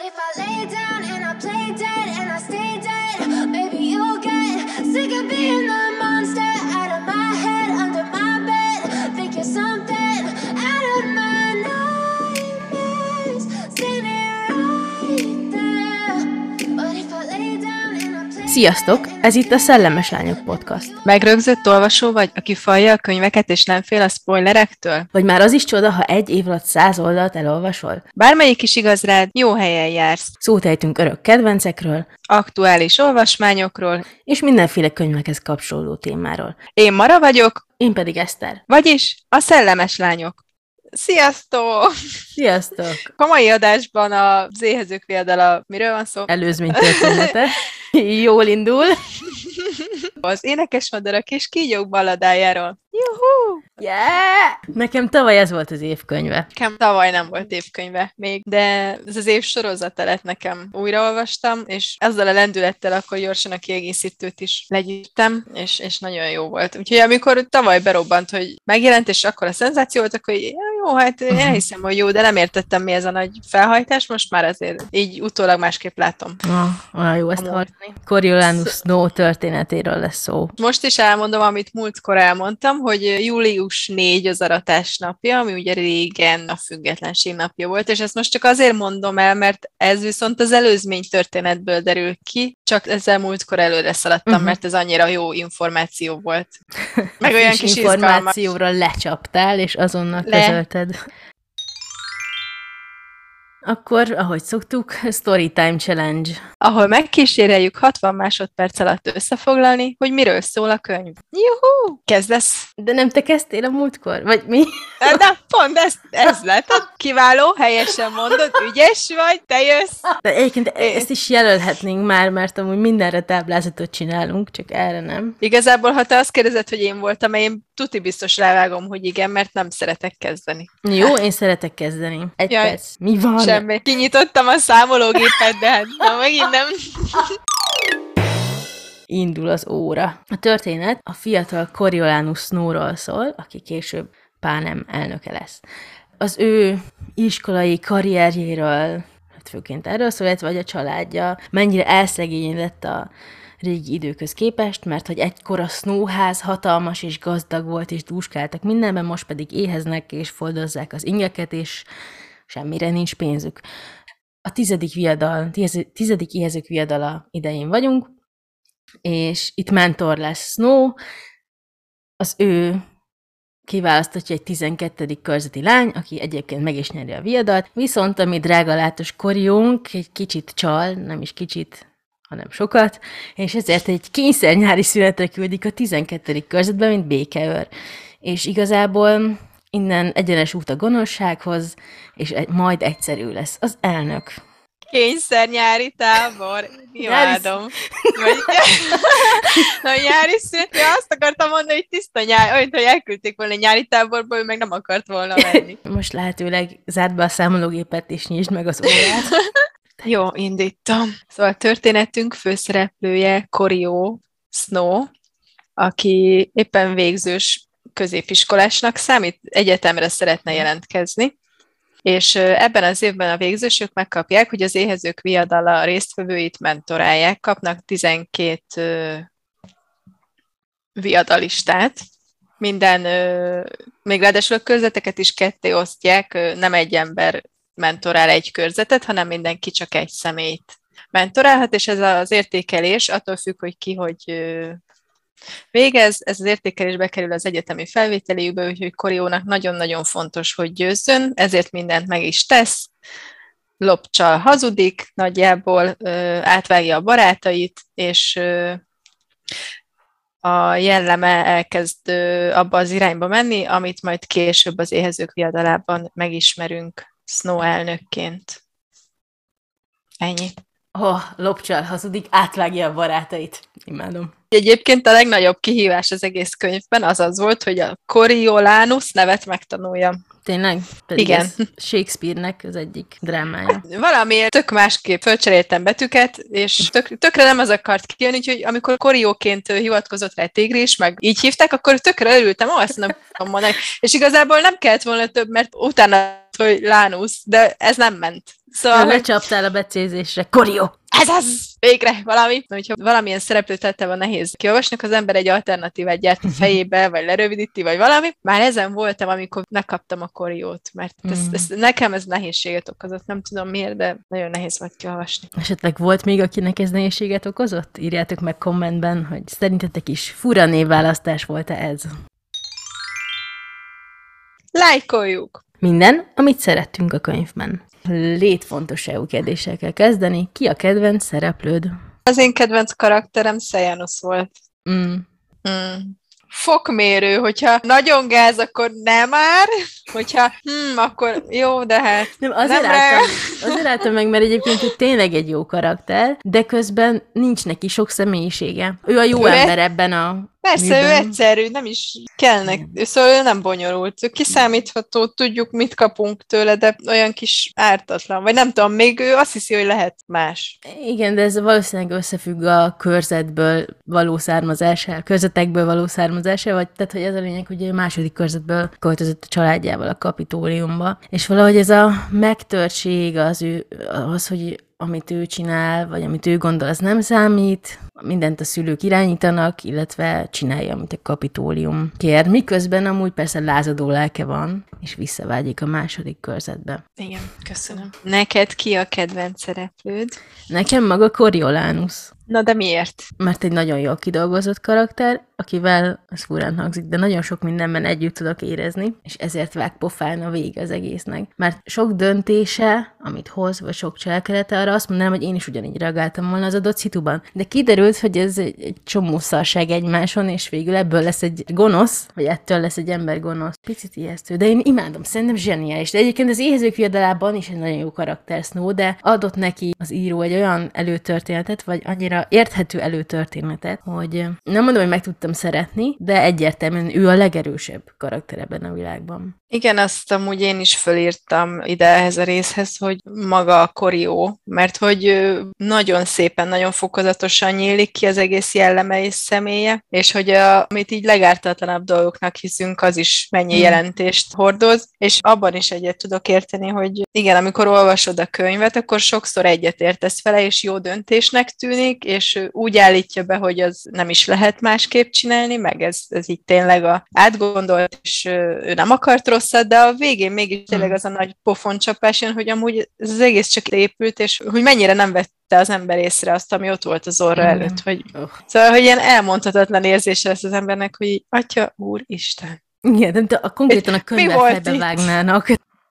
if I lay down and I play dead and I stay dead, maybe you'll get sick of being the monster out of my head, under my bed. Think you're something out of my nightmares, standing right there. But if I lay down and I play. Sziasztok! Ez itt a Szellemes Lányok Podcast. Megrögzött olvasó vagy, aki falja a könyveket és nem fél a spoilerektől? Vagy már az is csoda, ha egy év alatt 100 oldalt elolvasol? Bármelyik is igaz rád, jó helyen jársz. Szót ejtünk örök kedvencekről, Aktuális olvasmányokról. és mindenféle könyvekhez kapcsolódó témáról. Én Mara vagyok, Én pedig Eszter. vagyis a Szellemes Lányok. Sziasztok! Sziasztok! A mai adásban az Éhezők viadala, miről van szó? Előzmény története. Jól indul. Az énekes madarak és kígyók balladájáról. Juhú! Yeah! Nekem tavaly ez volt az évkönyve. Nekem tavaly nem volt évkönyve még, de ez az év sorozata lett nekem. Újraolvastam, és ezzel a lendülettel akkor gyorsan a kiegészítőt is legyűjtem, és nagyon jó volt. Úgyhogy amikor tavaly berobbant, hogy megjelent, és akkor a szenzáció volt, akkor jó, hát én elhiszem, hogy jó, de nem értettem, mi ez a nagy felhajtás, most már azért így utólag másképp látom. Olyan jó ezt hallani. Coriolanus Snow történetéről lesz szó. Most is elmondom, amit múltkor elmondtam, hogy július 4 az aratás napja, ami ugye régen a függetlenség napja volt, és ezt most csak azért mondom el, mert ez viszont az előzmény történetből derül ki, csak ezzel múltkor előre szaladtam, mert ez annyira jó információ volt. Meg olyan kis információra lecsaptál, és azonnal közölted. Akkor, ahogy szoktuk, Storytime Challenge. Ahol megkíséreljük 60 másodperc alatt összefoglalni, hogy miről szól a könyv. Juhú! Kezdesz? De nem te kezdtél a múltkor? Vagy mi? De pont ez lett. Kiváló, helyesen mondod, ügyes vagy, te jössz. De egyébként ezt is jelölhetnénk már, mert amúgy mindenre táblázatot csinálunk, csak erre nem. Igazából, ha te azt kérdezed, hogy én voltam, én tuti biztos rávágom, hogy igen, mert nem szeretek kezdeni. Jó, én szeretek kezdeni. Egy perc. Mi van? Semmi. Kinyitottam a számológépet, de hát megint nem. Indul az óra. A történet a fiatal Coriolanus Snowról szól, aki később Panem elnöke lesz. Az ő iskolai karrierjéről, hát főként erről szól, vagy a családja, mennyire elszegényedett a régi időkhöz képest, mert hogy egykor a Snowház hatalmas és gazdag volt, és dúskáltak mindenben, most pedig éheznek, és foldozzák az ingeket, és semmire nincs pénzük. A 10. éhezők viadala idején vagyunk, és itt mentor lesz Snow, az ő kiválasztatja egy 12. körzeti lány, aki egyébként meg is nyeri a viadalt, viszont ami drágalátos Coriónk egy kicsit csal, nem is kicsit, hanem sokat, és ezért egy kényszernyári szünetre küldik a 12. körzetbe, mint békeőr. És igazából innen egyenes út a gonoszsághoz, és majd egyszerű lesz az elnök. Kényszernyári tábor. Imádom. Nyári szünet. Azt akartam mondani, hogy tiszta nyár, olyan, hogy elküldték volna nyári táborba, ő meg nem akart volna menni. Most lehetőleg zárd be a számológépet, és nyisd meg az órát. Jó, indítom. Szóval a történetünk főszereplője Corio Snow, aki éppen végzős középiskolásnak számít, egyetemre szeretne jelentkezni, és ebben az évben a végzősök megkapják, hogy az Éhezők viadala résztvevőit mentorálják, kapnak 12 viadalistát, minden, még ráadásul a körzeteket is ketté osztják, nem egy ember mentorál egy körzetet, hanem mindenki csak egy személyt mentorálhat, és ez az értékelés attól függ, hogy ki hogy végez, ez az értékelés bekerül az egyetemi felvételéjükbe, úgyhogy Coriónak nagyon-nagyon fontos, hogy győzzön, ezért mindent meg is tesz, lopcsal hazudik, nagyjából átvágja a barátait, és a jelleme elkezd abba az irányba menni, amit majd később az Éhezők viadalában megismerünk Snow elnökként. Ennyi. Lopcsal hazudik, átvágja a barátait. Imádom. Egyébként a legnagyobb kihívás az egész könyvben az volt, hogy a Coriolanus nevet megtanulja. Tényleg? Pedig igen. Ez Shakespeare-nek az egyik drámája. Valamiért tök másképp fölcseréltem betűket, és tökre nem az akart kijönni, úgyhogy amikor Corióként hivatkozott rá Tigris, meg így hívták, akkor tökre örültem, azt nem tudom mondani. És igazából nem kellett volna több, mert utána hogy Lánus, de ez nem ment. Szóval, hogy Lecsaptál a becézésre. Korió! ez az! Végre valami! Mert hogyha valamilyen szereplőt tette van nehéz kiolvasni, az ember egy alternatívát gyárt a fejébe, vagy lerövidíti, vagy valami. Már ezen voltam, amikor megkaptam a Koriót, mert nekem ez nehézséget okozott. Nem tudom miért, de nagyon nehéz volt kiolvasni. Esetleg volt még, akinek ez nehézséget okozott? Írjátok meg kommentben, hogy szerintetek is fura névválasztás volt-e ez. Lájkoljuk! Minden, amit szerettünk a könyvben. Létfontosságú kérdéssel kell kezdeni. Ki a kedvenc szereplőd? Az én kedvenc karakterem Sejanus volt. Fokmérő, hogyha nagyon gáz, akkor nem már, hogyha akkor jó, de hát Nem, azért álltam meg, mert egyébként ő tényleg egy jó karakter, de közben nincs neki sok személyisége. Ő a jó ember ebben a Persze, ő egyszerű, nem is kellnek, szóval ő nem bonyolult. Ő kiszámítható, tudjuk, mit kapunk tőle, de olyan kis ártatlan. Vagy nem tudom, még ő azt hiszi, hogy lehet más. Igen, de ez valószínűleg összefügg a körzetekből való származással, vagy tehát, hogy ez a lényeg, hogy a második körzetből költözött a családjával a Kapitóliumba. És valahogy ez a megtörtség, az, hogy amit ő csinál, vagy amit ő gondol, az nem számít, mindent a szülők irányítanak, illetve csinálja, amit a Kapitólium kér, miközben amúgy persze lázadó lelke van, és visszavágyik a második körzetbe. Igen, köszönöm. Neked ki a kedvenc szereplőd? Nekem maga Coriolanus. Na de miért? Mert egy nagyon jól kidolgozott karakter, akivel, ez furán hangzik, de nagyon sok mindenben együtt tudok érezni, és ezért vág pofán a vége az egésznek. Mert sok döntése, amit hoz, vagy sok cselekedete, arra azt mondanám, hogy én is ugyanígy reagáltam volna az adott szituban. De kiderült, hogy ez egy csomó szarság egymáson, és végül ebből lesz egy gonosz, vagy ettől lesz egy ember gonosz. Picit ijesztő, de én imádom, szerintem zseniális. De egyébként az Éhezők viadalában is egy nagyon jó karakter Snow, de adott neki az író egy olyan előtörténetet, vagy annyira érthető előtörténetet, hogy nem mondom, hogy meg tudtam szeretni, de egyértelműen ő a legerősebb karakter ebben a világban. Igen, azt amúgy én is fölírtam ide ehhez a részhez, hogy maga a Korió, mert hogy nagyon szépen, nagyon fokozatosan nyílik ki az egész jelleme és személye, és hogy amit így legártatlanabb dolgoknak hiszünk, az is mennyi jelentést hordoz, és abban is egyet tudok érteni, hogy igen, amikor olvasod a könyvet, akkor sokszor egyet értesz vele, és jó döntésnek tűnik, és úgy állítja be, hogy az nem is lehet másképp csinálni, meg ez így tényleg átgondolt, és ő nem akart rosszat, de a végén mégis tényleg az a nagy pofoncsapás jön, hogy amúgy ez az egész csak épült, és hogy mennyire nem vette az ember észre azt, ami ott volt az orra előtt. Hogy... Szóval, hogy ilyen elmondhatatlan érzése lesz az embernek, hogy Atya, Úristen. Igen, de konkrétan a könyvvel fejbevágnának.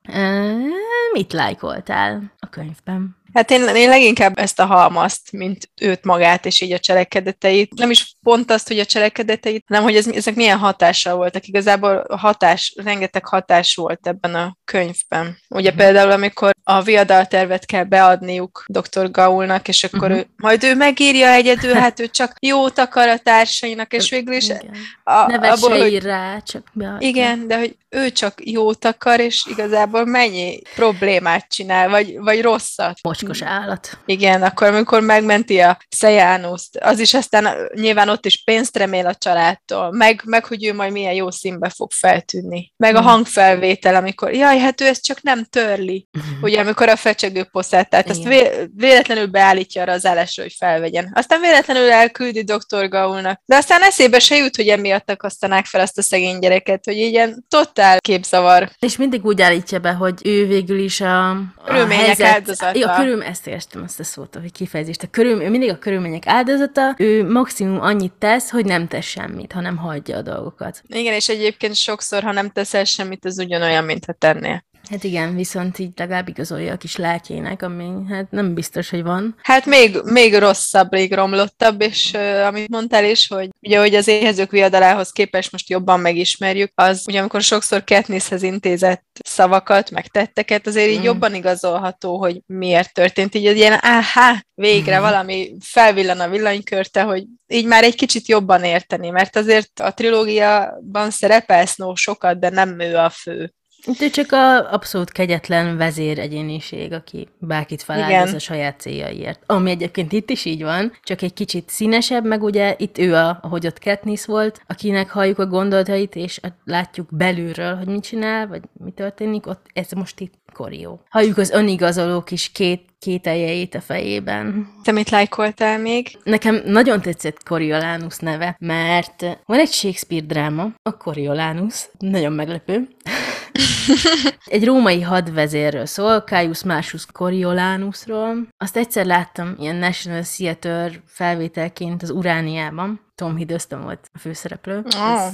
Mit lájkoltál a könyvben? Hát én leginkább ezt a halmazt, mint őt magát, és így a cselekedeteit. Nem is pont azt, hogy a cselekedeteit, hanem hogy ezek milyen hatással voltak. Igazából rengeteg hatás volt ebben a könyvben. Ugye például, amikor a viadaltervet kell beadniuk dr. Gaulnak, és akkor majd ő megírja egyedül, hát ő csak jót akar a társainak, és végül is... Nevet se ír rá, csak beadja. Igen, de hogy ő csak jót akar, és igazából mennyi problémát csinál, vagy rosszat. Mocskos állat. Igen, akkor amikor megmenti a Sejanuszt, az is aztán nyilván ott is pénzt remél a családtól, meg hogy ő majd milyen jó színbe fog feltűnni. Meg a hangfelvétel, amikor jaj, hát ő ezt csak nem törli. Ugye, amikor a fecsegő poszát, tehát azt véletlenül beállítja arra az állásra, hogy felvegyen. Aztán véletlenül elküldi dr. Gaulnak. De aztán eszébe se jut, hogy emiatt akasztanák fel azt a szegény gyereket, hogy ilyen totál képzavar. És mindig úgy állítja be, hogy ő végül is a körülmények áldozata. Ezt értem, azt a szót, hogy kifejezést. Ő mindig a körülmények áldozata, ő maximum annyit tesz, hogy nem tesz semmit, hanem hagyja a dolgokat. Igen, és egyébként sokszor, ha nem teszel semmit, az ugyanolyan, mintha tennél. Hát igen, viszont így legalább igazolja a kis lelkének, ami hát nem biztos, hogy van. Hát még rosszabb, még romlottabb, és amit mondtál is, hogy ugye, hogy az Éhezők viadalához képest most jobban megismerjük, az ugye amikor sokszor Katnisshez intézett szavakat, meg tetteket, azért így jobban igazolható, hogy miért történt. Így ilyen, végre valami felvillan a villanykörte, hogy így már egy kicsit jobban érteni, mert azért a trilógiában szerepel Snow sokat, de nem ő a fő. Ő csak a abszolút kegyetlen vezéregyéniség, aki bárkit feláldoz a saját céljaiért. Ami egyébként itt is így van, csak egy kicsit színesebb, meg ugye itt ő, ahogy ott Katniss volt, akinek halljuk a gondolatait, és látjuk belülről, hogy mit csinál, vagy mi történik, ott ez most itt Korió. Halljuk az önigazoló kis kételjeit a fejében. Te mit lájkoltál még? Nekem nagyon tetszett Coriolanus neve, mert van egy Shakespeare dráma, a Coriolanus, nagyon meglepő. Egy római hadvezérről szól, Caius Marcius Coriolanusról. Azt egyszer láttam ilyen National Theatre felvételként az Urániában. Tom Hiddleston volt a főszereplő. Oh.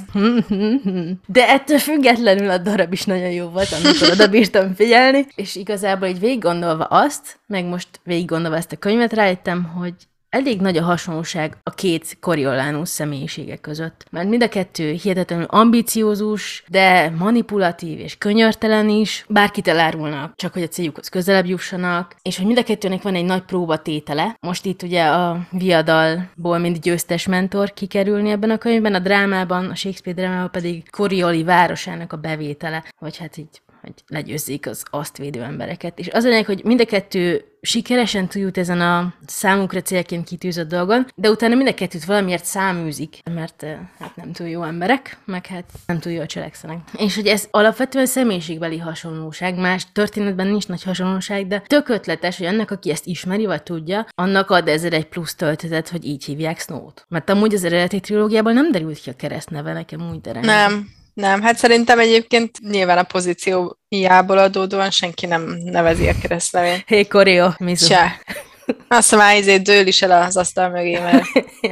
De ettől függetlenül a darab is nagyon jó volt, amikor oda bírtam figyelni, és igazából így végiggondolva azt, meg most végiggondolva ezt a könyvet rájöttem, hogy elég nagy a hasonlóság a két Coriolanus személyisége között. Mert mind a kettő hihetetlenül ambiciózus, de manipulatív és könyörtelen is. Bárkit elárulnak, csak hogy a céljukhoz közelebb jussanak, és hogy mind a kettőnek van egy nagy próbatétele. Most itt ugye a viadalból mind győztes mentor kikerülni ebben a könyvben, a drámában, a Shakespeare drámában pedig Corioli városának a bevétele, vagy hát így hogy legyőzzék az azt védő embereket. És az a lényeg, hogy mind a kettő sikeresen túljut ezen a számukra célként kitűzött dolgon, de utána mind a kettőt valamiért száműzik, mert hát nem túl jó emberek, meg hát nem túl jól cselekszenek. És hogy ez alapvetően személyiségbeli hasonlóság, más történetben nincs nagy hasonlóság, de tök ötletes, hogy annak, aki ezt ismeri, vagy tudja, annak ad ezzel egy plusz töltetet, hogy így hívják Snow-t. Mert amúgy az eredeti trilógiában nem derült ki a keresztneve, nekem úgy dereng. Nem, hát szerintem egyébként nyilván a pozíciójából adódóan senki nem nevezi a keresztnevén. Hé, Korio, Mizu. Se. Azt hiszem, már dől is el az asztal mögé, mert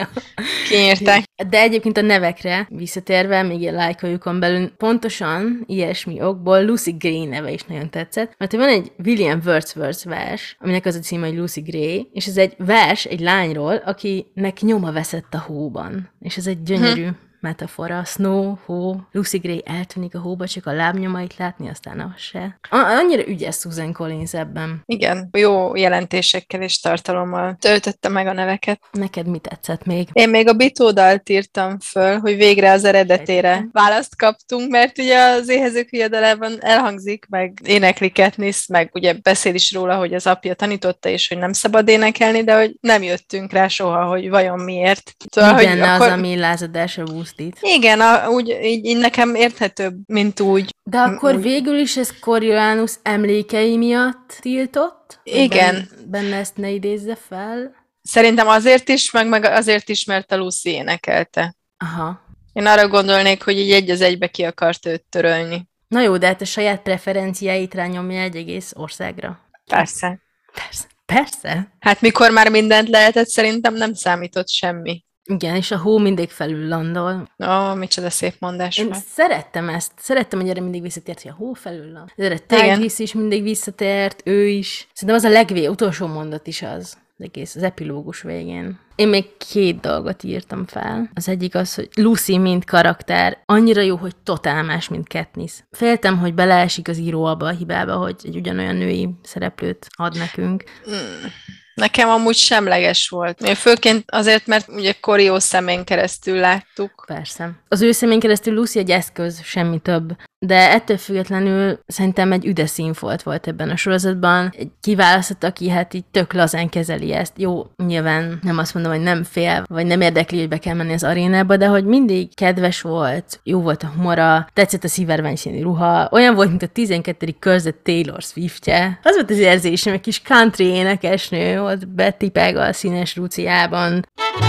kinyírták. De egyébként a nevekre visszatérve, még egy lájkoljukon belül, pontosan ilyesmi okból Lucy Gray neve is nagyon tetszett, mert van egy William Wordsworth vers, aminek az a címe, hogy Lucy Gray, és ez egy vers egy lányról, akinek nyoma veszett a hóban. És ez egy gyönyörű metafora, snow, hó, Lucy Gray eltűnik a hóba, csak a lábnyomait látni, aztán az se. Annyira ügyes Susan Collins ebben. Igen, jó jelentésekkel és tartalommal töltötte meg a neveket. Neked mi tetszett még? Én még a Bitódalt írtam föl, hogy végre az eredetére választ kaptunk, mert ugye az Éhezők viadalában elhangzik, meg énekli Katniss, meg ugye beszél is róla, hogy az apja tanította, és hogy nem szabad énekelni, de hogy nem jöttünk rá soha, hogy vajon miért. Szóval, mi benne akkor... az, ami lázadásra busztít? Igen, így nekem érthetőbb, mint úgy. De akkor végül is ez Coriolanus emlékei miatt tiltott? Igen. Benne ezt ne idézze fel? Szerintem azért is, meg azért is, mert a Lucy énekelte. Aha. Én arra gondolnék, hogy így egy az egybe ki akart őt törölni. Na jó, de hát a saját preferenciáit rányomja egy egész országra. Persze. Persze. Hát mikor már mindent lehetett, szerintem nem számított semmi. Igen, és a hó mindig felül landol. Micsoda szép mondás. Én szerettem ezt. Szerettem, hogy erre mindig visszatért, hogy a hó felül landol. Erre Tigris is mindig visszatért, ő is. Szerintem az a utolsó mondat is az. Egész az epilógus végén. Én még 2 dolgot írtam fel. Az egyik az, hogy Lucy, mint karakter, annyira jó, hogy totál más, mint Katniss. Féltem, hogy beleesik az író abba a hibába, hogy egy ugyanolyan női szereplőt ad nekünk. Nekem amúgy semleges volt. Főként azért, mert ugye Corio szemén keresztül láttuk. Persze. Az ő szemén keresztül Lucy egy eszköz, semmi több. De ettől függetlenül szerintem egy üde színfolt volt ebben a sorozatban. Egy kiválasztott, aki hát így tök lazán kezeli ezt. Jó, nyilván nem azt mondom, hogy nem fél, vagy nem érdekli, hogy be kell menni az arénába, de hogy mindig kedves volt, jó volt a humora, tetszett a szivárvány színű ruha, olyan volt, mint a 12. körzet Taylor Swiftje. Az volt az érzésem, egy kis country énekesnő, ott betipeg a színes ruciában.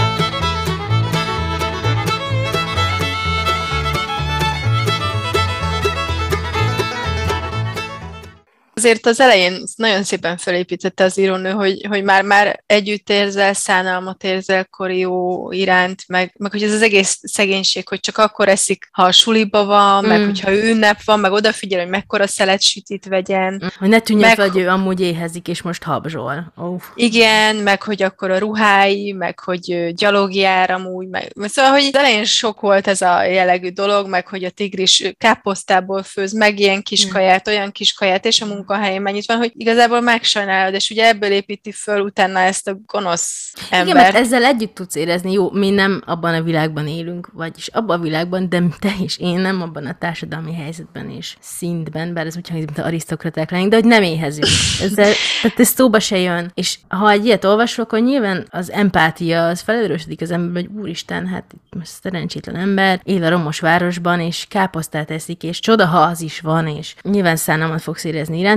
Azért az elején nagyon szépen felépítette az írónő, hogy már együtt érzel, szánalmat érzel Corio iránt, meg hogy ez az egész szegénység, hogy csak akkor eszik, ha a suliba van, meg hogyha ünnep van, meg odafigyel, hogy mekkora szelet sütit vegyen. Hogy ne tűnjön fel, hogy ő amúgy éhezik, és most habzsol. Igen, meg hogy akkor a ruhái, meg hogy gyalogjár amúgy, szóval, hogy az elején sok volt ez a jellegű dolog, meg hogy a tigris káposztából főz, meg ilyen kis kaját, olyan kis kaját, és a munkahelyén mennyit van, hogy igazából megsajnálod, és ugye ebből építi föl utána ezt a gonosz embert. Igen, mert ezzel együtt tudsz érezni, jó, mi nem abban a világban élünk, vagyis abban a világban, de te és én nem abban a társadalmi helyzetben és szintben, bár ez úgy hangzik, mint arisztokraták lennénk, de hogy nem éhezünk. Tehát ez szóba se jön. És ha egy ilyet olvasok, akkor nyilván az empátia, az felerősödik az emberben, hogy úristen, hát most szerencsétlen ember, él a romos városban, és káposztát eszik, és csoda, ha az is van, és nyilván szánalmat fogsz érezni iránta,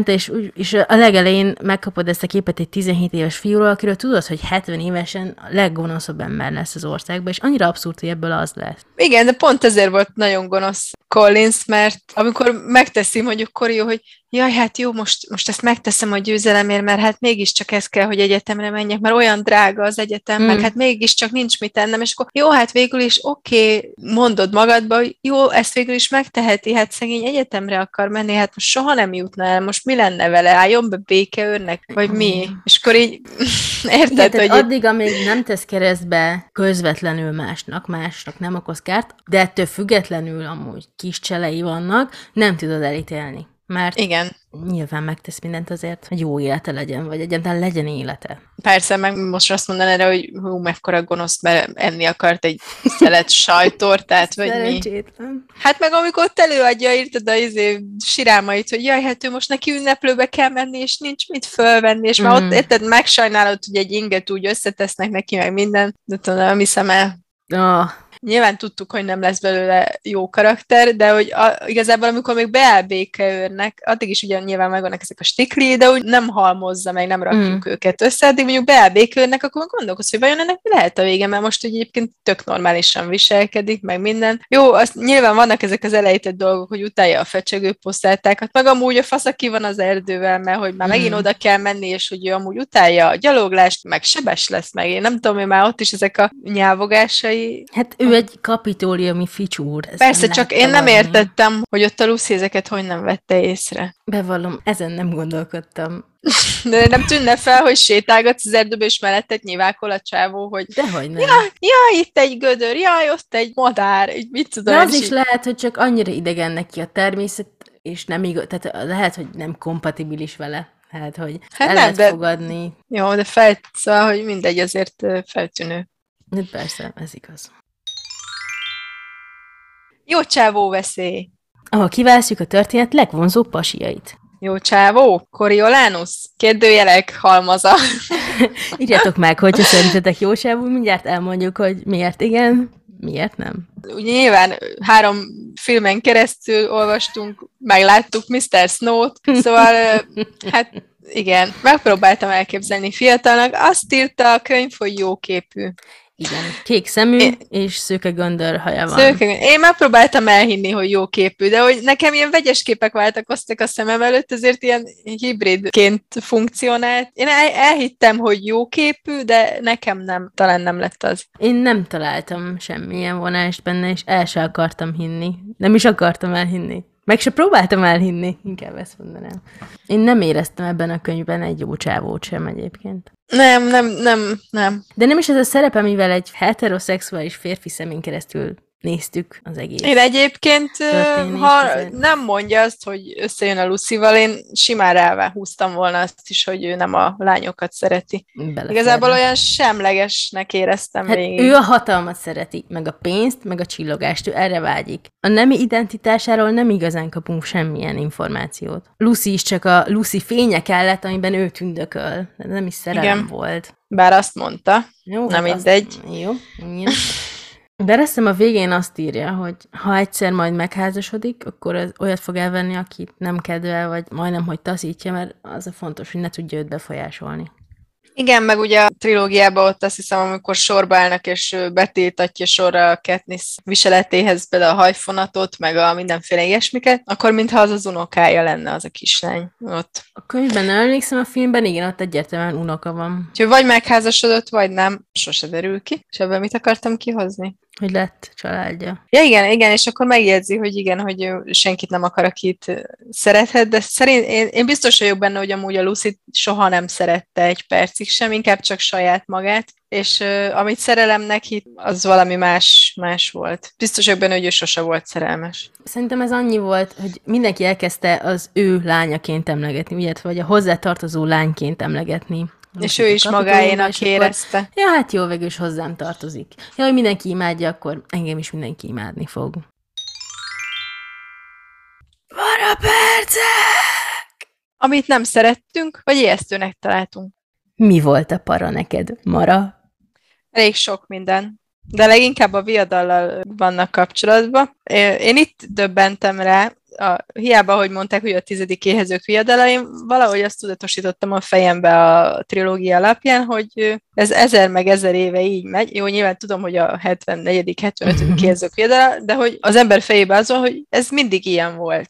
mente, és a legelején megkapod ezt a képet egy 17 éves fiúról, akiről tudod, hogy 70 évesen a leggonoszabb ember lesz az országban, és annyira abszurd, hogy ebből az lesz. Igen, de pont ezért volt nagyon gonosz Collins, mert amikor megteszi mondjuk Corio, hogy jaj, hát jó, most ezt megteszem a győzelemért, mert hát mégiscsak ez kell, hogy egyetemre menjek, mert olyan drága az egyetem, meg hát mégiscsak nincs mit tennem, és akkor jó, hát végül is oké, mondod magadba, hogy jó, ezt végül is megteheti, hát szegény egyetemre akar menni, hát most soha nem jutna el, most mi lenne vele, álljon be békeőrnek, vagy mi? És akkor így érted, igen, hogy... addig, amíg nem tesz keresztbe közvetlenül másnak nem okoz kárt, de ettől függetlenül amúgy kis cselei vannak, nem tudod elítélni. Mert igen. Nyilván megtesz mindent azért, hogy jó élete legyen, vagy egyáltalán legyen élete. Persze, meg most azt mondaná erre, hogy hú, mekkora gonosz, mert enni akart egy szelet sajtortát, vagy mi. Hát meg amikor ott előadja, írtad sirámait, hogy jaj, hát ő most neki ünneplőbe kell menni, és nincs mit fölvenni, és már ott érted, megsajnálod, hogy egy inget úgy összetesznek neki, meg minden, de tudom, nem hiszem el. Nyilván tudtuk, hogy nem lesz belőle jó karakter, de hogy igazából amikor még beáll békeőrnek, addig is ugye nyilván megvannak ezek a stikli, de úgy nem halmozza meg, nem rakjuk őket össze, addig mondjuk beáll békeőrnek, akkor gondolkodsz, hogy vajon ennek mi lehet a vége, mert most ugye egyébként tök normálisan viselkedik, meg minden. Jó, azt nyilván vannak ezek az elejtett dolgok, hogy utálja a fecsegő poszáltákat, meg amúgy a fasz, aki van az erdővel, mert hogy már megint oda kell menni, és hogy ő amúgy utálja a gyaloglást, meg sebes lesz meg. Én nem tudom, hogy már ott is ezek a nyávogásai. Hát ő egy kapitóliumi ficsúr. Persze, csak én nem értettem, hogy ott a Lucy ezeket hogy nem vette észre. Bevallom, ezen nem gondolkodtam. De nem tűnne fel, hogy sétálgatsz az erdőbe, és melletted nyilvákol a csávó, hogy dehogy nem. Ja, itt egy gödör, jaj, ott egy madár, egy mit tudom. De az is lehet, hogy csak annyira idegen neki a természet, és nem igaz, tehát lehet, hogy nem kompatibilis vele. Hát, hogy hát el lehet fogadni. Jó, de szóval, hogy mindegy, azért feltűnő. De persze, ez igaz. Jó csávó veszély. Ahol kiválasztjuk a történet legvonzóbb pasiait. Jó csávó? Coriolanus? Kérdőjelek halmaza. Írjátok meg, hogyha szerintetek jó csávó, mindjárt elmondjuk, hogy miért igen, miért nem. Ugye nyilván 3 filmen keresztül olvastunk, megláttuk Mr. Snow-t, szóval hát igen, megpróbáltam elképzelni fiatalnak, azt írta a könyv, hogy jóképű. Igen, kék szemű és szőke göndör haja van. Én megpróbáltam elhinni, hogy jó képű, de hogy nekem ilyen vegyes képek váltakoztak a szemem előtt, ezért ilyen hibridként funkcionált. Én elhittem, hogy jó képű, de nekem nem, talán nem lett az. Én nem találtam semmilyen vonást benne, és el sem akartam hinni. Nem is akartam elhinni. Meg se próbáltam elhinni, inkább ezt mondanám. Én nem éreztem ebben a könyvben egy jó csávót sem egyébként. Nem. De nem is ez a szerepe, mivel egy heteroszexuális férfi szemén keresztül néztük az egész. Én egyébként, ha nem mondja azt, hogy összejön a Lucy-val, én simán ráhúztam volna azt is, hogy ő nem a lányokat szereti. Igazából olyan semlegesnek éreztem végig. Ő a hatalmat szereti, meg a pénzt, meg a csillogást, ő erre vágyik. A nemi identitásáról nem igazán kapunk semmilyen információt. Lucy is csak a Lucy fénye kellett, amiben ő tündököl. Nem is szerelem volt. Bár azt mondta. Jó, nem mindegy. Jó, igen. De azt hiszem a végén azt írja, hogy ha egyszer majd megházasodik, akkor az olyat fog elvenni, akit nem kedvel, vagy majdnem, hogy taszítja, mert az a fontos, hogy ne tudja őt befolyásolni. Igen, meg ugye a trilógiában ott azt hiszem, amikor sorba állnak, és betiltatja sorra a Katniss viseletéhez például a hajfonatot, meg a mindenféle ilyesmiket, akkor mintha az az unokája lenne az a kislány ott. A könyvben nem emlékszem, a filmben igen, ott egyértelműen unoka van. Úgyhogy vagy megházasodott, vagy nem, sose derül ki. És ebből mit akartam kihozni? Hogy lett családja. Ja, igen, és akkor megjegyzi, hogy igen, hogy ő senkit nem akar, akit szerethet, de én biztos vagyok benne, hogy amúgy a Lucy soha nem szerette egy percig sem, inkább csak saját magát, és amit szerelemnek hitt, az valami más volt. Biztos vagyok benne, hogy ő sose volt szerelmes. Szerintem ez annyi volt, hogy mindenki elkezdte az ő lányaként emlegetni, ugye, vagy a hozzátartozó lányként emlegetni. És ő is magáénak érezte. Ja, hát jó, végül is hozzám tartozik. Ja, hogy mindenki imádja, akkor engem is mindenki imádni fog. Van a percek! Amit nem szerettünk, vagy ijesztőnek találtunk. Mi volt a para neked, Mara? Elég sok minden. De leginkább a viadallal vannak kapcsolatban. Én itt döbbentem rá, hiába, hogy mondták, hogy a 10. éhezők viadala, én valahogy azt tudatosítottam a fejembe a trilógia alapján, hogy ez 1000 meg 1000 éve így megy. Jó, nyilván tudom, hogy a 74., 75. éhezők viadala, de hogy az ember fejében az van, hogy ez mindig ilyen volt.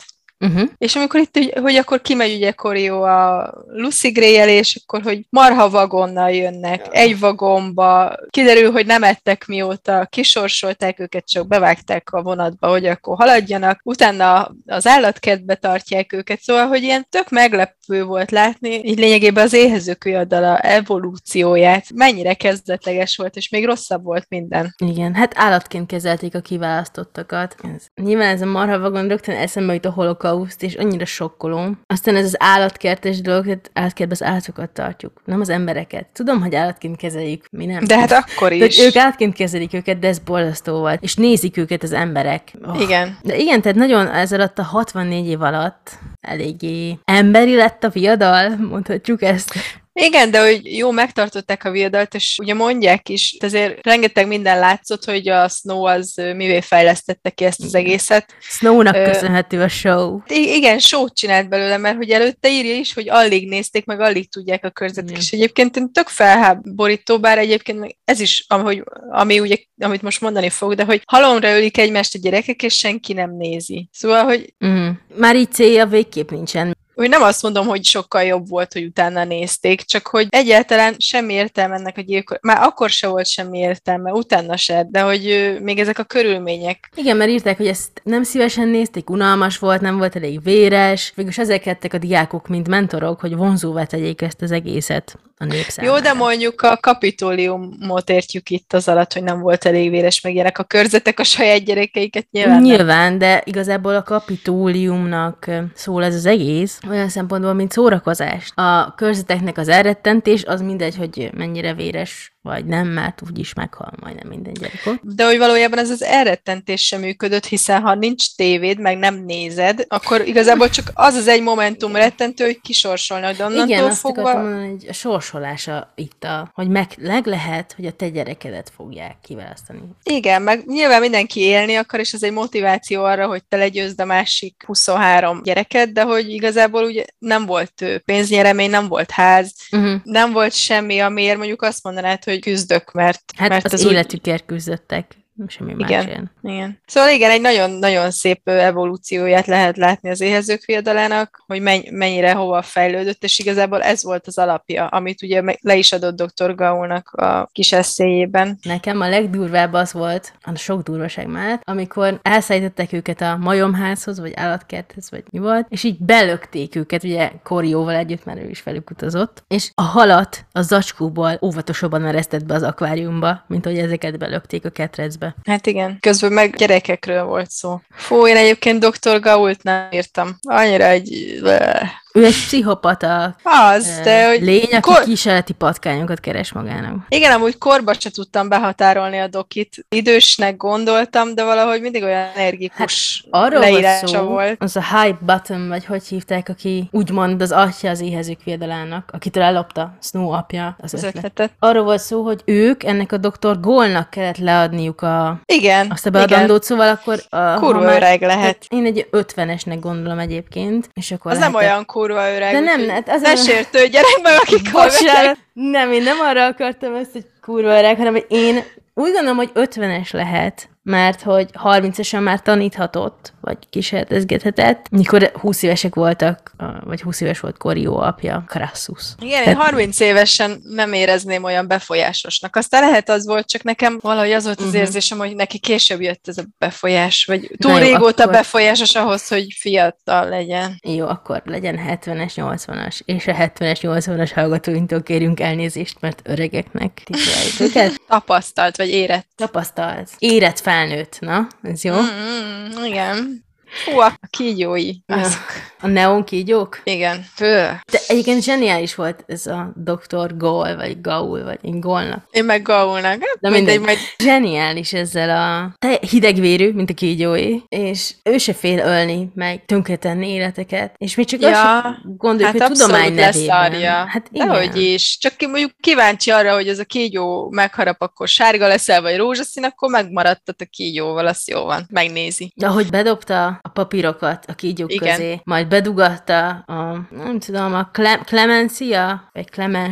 És amikor itt, hogy akkor kimegy ugye Corio a Lucy Gray-el, és akkor, hogy marha vagonnal jönnek, egy vagomba, kiderül, hogy nem ettek mióta, kisorsolták őket, csak bevágták a vonatba, hogy akkor haladjanak, utána az állatkertbe tartják őket, szóval, hogy ilyen tök meglepő volt látni, így lényegében az éhezők viadala evolúcióját, mennyire kezdetleges volt, és még rosszabb volt minden. Igen, hát állatként kezelték a kiválasztottakat. Nyilván ez a marha vagon rögtön eszembe jut a holokauszt, és annyira sokkoló. Aztán ez az állatkertes dolog, tehát állatkertben az állatokat tartjuk, nem az embereket. Tudom, hogy állatként kezeljük, mi nem. De hát akkor is. Tehát ők állatként kezelik őket, de ez borzasztó volt. És nézik őket az emberek. Igen. De igen, tehát nagyon ez alatt a 64 év alatt eléggé emberi lett a viadal, mondhatjuk ezt. Igen, de hogy jó, megtartották a viadalt, és ugye mondják is, azért rengeteg minden látszott, hogy a Snow az mivé fejlesztette ki ezt az egészet. Snownak köszönhető a show. Igen, show-t csinált belőle, mert hogy előtte írja is, hogy alig nézték, meg alig tudják a körzetek, és egyébként tök felháborító, bár egyébként ez is, ami ugye, amit most mondani fog, de hogy halomra ölik egymást a gyerekek, és senki nem nézi. Szóval, hogy... Már így célja végképp nincsen. Hogy nem azt mondom, hogy sokkal jobb volt, hogy utána nézték, csak hogy egyáltalán semmi értelme ennek a már akkor se volt semmi értelme, utána se, de hogy még ezek a körülmények. Igen, mert írták, hogy ezt nem szívesen nézték, unalmas volt, nem volt elég véres, végülis ezek lettek a diákok, mint mentorok, hogy vonzóvá tegyék ezt az egészet a nép számára. Jó, de mondjuk a Kapitóliumot értjük itt az alatt, hogy nem volt elég véres, meg ilyenek a körzetek a saját gyerekeiket nyilván. Nyilván, de igazából a Kapitóliumnak szól ez az egész, olyan szempontból, mint szórakozás. A körzeteknek az elrettentés, az mindegy, hogy mennyire véres vagy nem, mert úgyis meghal majdnem minden gyerek ott. De hogy valójában ez az elrettentés sem működött, hiszen ha nincs tévéd, meg nem nézed, akkor igazából csak az az egy momentum rettentő, hogy kisorsolnak, de onnantól igen, azt fogva... akartam mondani, hogy a sorsolása itt hogy lehet, hogy a te gyerekedet fogják kiválasztani. Igen, meg nyilván mindenki élni akar, és ez egy motiváció arra, hogy te legyőzd a másik 23 gyereket, de hogy igazából ugye nem volt pénznyeremény, nem volt ház, nem volt semmi, amiért mondjuk azt mondanád, hogy küzdök, mert... Hát mert az életükért küzdöttek. Semmi más ilyen. Igen. Szóval igen, egy nagyon-nagyon szép evolúcióját lehet látni az éhezők viadalának, hogy mennyire hova fejlődött, és igazából ez volt az alapja, amit ugye le is adott dr. Gaulnak a kis eszéjében. Nekem a legdurvább az volt, a sok durvaság mellett, amikor elszállították őket a majomházhoz, vagy állatkerthez, vagy mi volt, és így belökték őket, ugye Corióval együtt, mert ő is velük utazott, és a halat a zacskóból óvatosabban eresztett be az akváriumba, mint hogy ezeket belökték a ketrecbe. Hát igen, közben meg gyerekekről volt szó. Fú, én egyébként dr. Gault nem írtam. Annyira egy... Ő egy pszichopata de hogy lény, aki kísérleti patkányokat keres magának. Igen, amúgy korba se tudtam behatárolni a dokit. Idősnek gondoltam, de valahogy mindig olyan energikus leírása volt. Az a High Bottom, vagy hogy hívták, aki úgymond az atya az éhezők viadalának, akitől ellopta Snow apja az ötletet. Arról volt szó, hogy ők ennek a dr. Gaulnak kellett leadniuk azt a beadandót, szóval akkor... kurva öreg lehet. Én egy 50-esnek gondolom egyébként. És akkor az nem olyan kurva öreg. De nem, ne sértődjenek meg, akik hallgatják. Nem, én nem arra akartam ezt, hogy kurva öreg, hanem hogy én úgy gondolom, hogy 50-es lehet, mert hogy 30-esen már taníthatott, vagy kísérletezgethetett, mikor 20 évesek voltak, vagy 20 éves volt Corio apja, Crassus. Igen, én 30 évesen nem érezném olyan befolyásosnak. Aztán lehet az volt, csak nekem valahogy az volt az érzésem, hogy neki később jött ez a befolyás, vagy túl régóta akkor... befolyásos ahhoz, hogy fiatal legyen. Jó, akkor legyen 70-es, 80-as, és a 70-es, 80-as hallgatóinktól kérjünk elnézést, mert öregeknek tituláljuk őket. Tapasztalt, vagy érett. Tapasztalt. Érett felnőtt, na, ez jó? Igen. Hú, a kígyói. A neon kígyók? Igen. De egyébként zseniális volt ez a Dr. Gaul, vagy Gaul, vagy én Gaulnak. Én meg Gaulnak. De mindegy, majd... Zseniális ezzel a hidegvérű, mint a kígyói, és ő se fél ölni, meg tönkretenni életeket, és még csak azt gondoljuk, hogy tudomány nevében. Hát igen. Dehogy is. Csak mondjuk kíváncsi arra, hogy ez a kígyó megharap, akkor sárga leszel, vagy rózsaszín, akkor megmaradtat a kígyóval, az jó van. Megnézi. De ahogy bedobta a papírokat a kígyók Igen. közé, majd bedugatta a, nem tudom, a Clemencia, vagy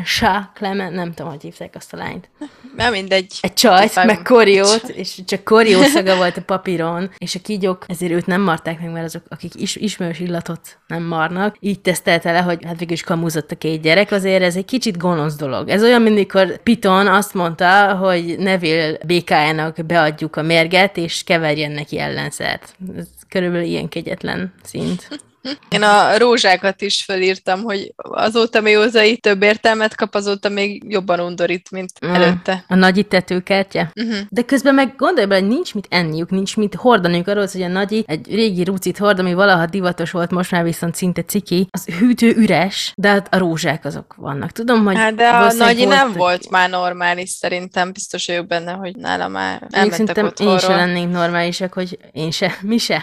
nem tudom, hogy hívták azt a lányt. Nem mindegy. Egy csajt, meg Koriót, és csak Korió szaga volt a papíron, és a kígyók ezért őt nem marták meg, mert azok, akik ismerős illatot nem marnak, így tesztelte le, hogy hát végül is kamuzott a két gyerek, azért ez egy kicsit gonosz dolog. Ez olyan, mint mikor Piton azt mondta, hogy Neville békájának beadjuk a mérget, és keverjen neki ellenszert. Ez körülbelül ilyen kegyetlen szint. Én a rózsákat is felírtam, hogy azóta mióta itt több értelmet kap, azóta még jobban undorít, mint előtte. A nagyi tetőkertje. De közben meg gondolj bele, hogy nincs mit enniük, nincs mit hordaniuk. Arról, hogy a nagyi egy régi rucit hord, ami valaha divatos volt, most már viszont szinte ciki. Az hűtő üres, de hát a rózsák azok vannak. Tudom, hogy hát de a nagyi nem volt már normális, szerintem. Biztos vagyok benne, hogy nála már elmentek otthonról. Én se lennénk normálisak, hogy én se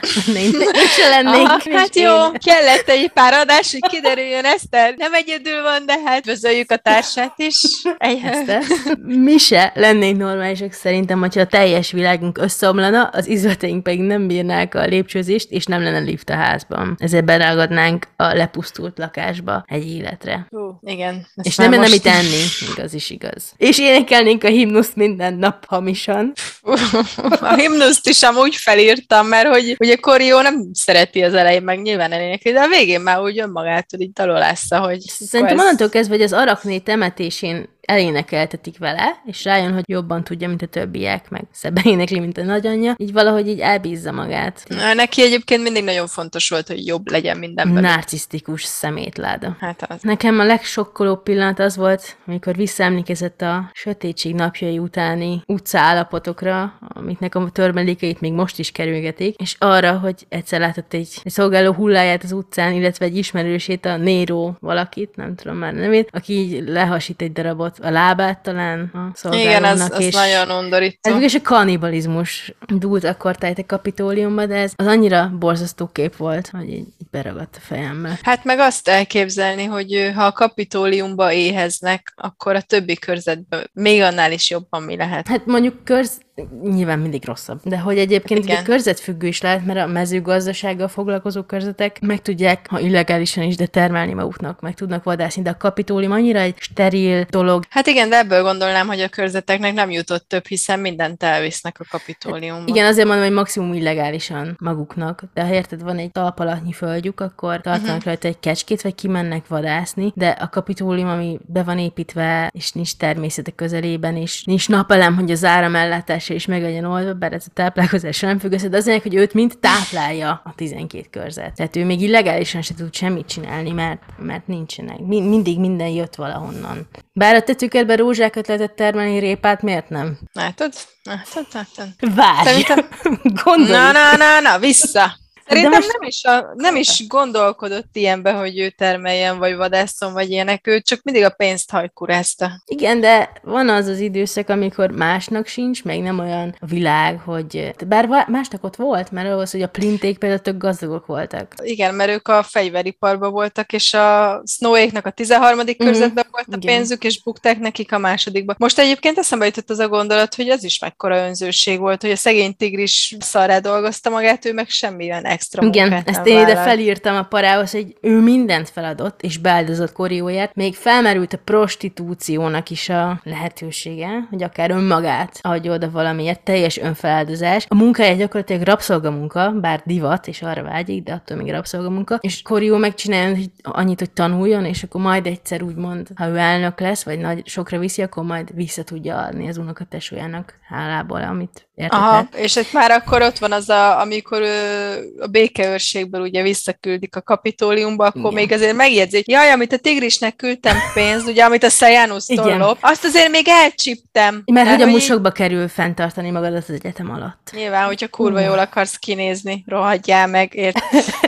lennénk. Hát jó, kellett egy pár adás, hogy kiderüljön, Eszter nem egyedül van, de hát üdvözöljük a társát is. Eszter, mi se lennénk normálisak szerintem, hogyha a teljes világunk összeomlana, az izületeink pedig nem bírnák a lépcsőzést, és nem lenne lift a házban. Ezért beragadnánk a lepusztult lakásba egy életre. Igen. És nem lenne mit enni, igaz is igaz. És énekelnénk a himnuszt minden nap hamisan. A himnuszt is amúgy felírtam, mert hogy ugye Korió nem szereti az elején, meg nyilván elénekli, de a végén már úgy önmagától így dalolásza, hogy... Szerintem onnantól kezdve, hogy az Arachné temetésén elénekeltetik vele, és rájön, hogy jobban tudja, mint a többiek, meg szebben énekli, mint a nagyanyja, így valahogy így elbízza magát. Neki egyébként mindig nagyon fontos volt, hogy jobb legyen mindenben. Narcisztikus szemétláda. Hát az. Nekem a legsokkolóbb pillanat az volt, amikor visszaemlékezett a sötétség napjai utáni utcaállapotokra, amiknek a törmelékeit még most is kerülgetik, és arra, hogy egyszer látott egy szolgáló hulláját az utcán, illetve egy ismerősét, a Nero valakit, nem tudom már nevét, aki így lehasít egy darabot a lábát talán a szolgálónak. Igen, az nagyon undorító. Ez mégis a kannibalizmus dúlt akkor tájt a Kapitóliumba, de ez az annyira borzasztó kép volt, hogy így beragadt a fejembe. Hát meg azt elképzelni, hogy ha a Kapitóliumba éheznek, akkor a többi körzetben még annál is jobban mi lehet. Hát mondjuk nyilván mindig rosszabb, de hogy egyébként ugye körzetfüggő is lehet, mert a mezőgazdasággal foglalkozó körzetek meg tudják, ha illegálisan is, de termelni maguknak, meg tudnak vadászni, de a Kapitólium annyira egy steril dolog. Hát igen, de ebből gondolnám, hogy a körzeteknek nem jutott több, hiszen mindent elvisznek a Kapitóliumba. Igen, azért mondom, hogy maximum illegálisan maguknak, de ha érted, van egy talpalatnyi földjük, akkor tartanak rajta egy kecskét, vagy kimennek vadászni, de a Kapitólium, ami be van építve, és nincs természete közelében, és nincs napelem, hogy az áramellátás is meg legyen oldva, bár ez a táplálkozásra nem függ össze, de az lényeg, hogy őt mind táplálja a 12 körzet. Tehát ő még illegálisan se tud semmit csinálni, mert nincsenek. Mindig minden jött valahonnan. Bár a tetőkertben rózsákat lehetett termelni, répát miért nem? Látod? Várj! Szerintem... Gondolj! Na, vissza! Szerintem nem is gondolkodott ilyenbe, hogy ő termeljen, vagy vadászon, vagy ilyenek. Ő csak mindig a pénzt hajkurázta. Igen, de van az időszak, amikor másnak sincs, meg nem olyan a világ, hogy... Bár másnak ott volt, mert ahhoz, hogy a Plinték például tök gazdagok voltak. Igen, mert ők a fegyveriparban voltak, és a Snowéknak a 13. körzetben volt a pénzük, és bukták nekik a másodikba. Most egyébként eszembe jutott az a gondolat, hogy az is mekkora önzőség volt, hogy a szegény tigris szarrá dolgozta magát, ő meg semmilyen extra igen, ezt én ide felírtam a parához, hogy ő mindent feladott, és beáldozott Korióját. Még felmerült a prostitúciónak is a lehetősége, hogy akár önmagát adja oda valamiért, teljes önfeláldozás. A munkája gyakorlatilag rabszolgamunka, bár divat, és arra vágyik, de attól még rabszolgamunka. És Korió megcsinálja annyit, hogy tanuljon, és akkor majd egyszer úgymond, ha ő elnök lesz, vagy nagy sokra viszi, akkor majd vissza tudja adni az unokatesójának hálából, amit értetett. Aha, és hát már akkor ott van az amikor a békeőrségből ugye visszaküldik a Kapitóliumba, akkor igen. Még azért megjegyzik, jaj, amit a tigrisnek küldtem pénzt, ugye, amit a Sejanus-tól lop, azt azért még elcsíptem. Mert hogy a musokba kerül fenntartani magadat az egyetem alatt. Nyilván, hogyha kurva jól akarsz kinézni, rohadjál meg,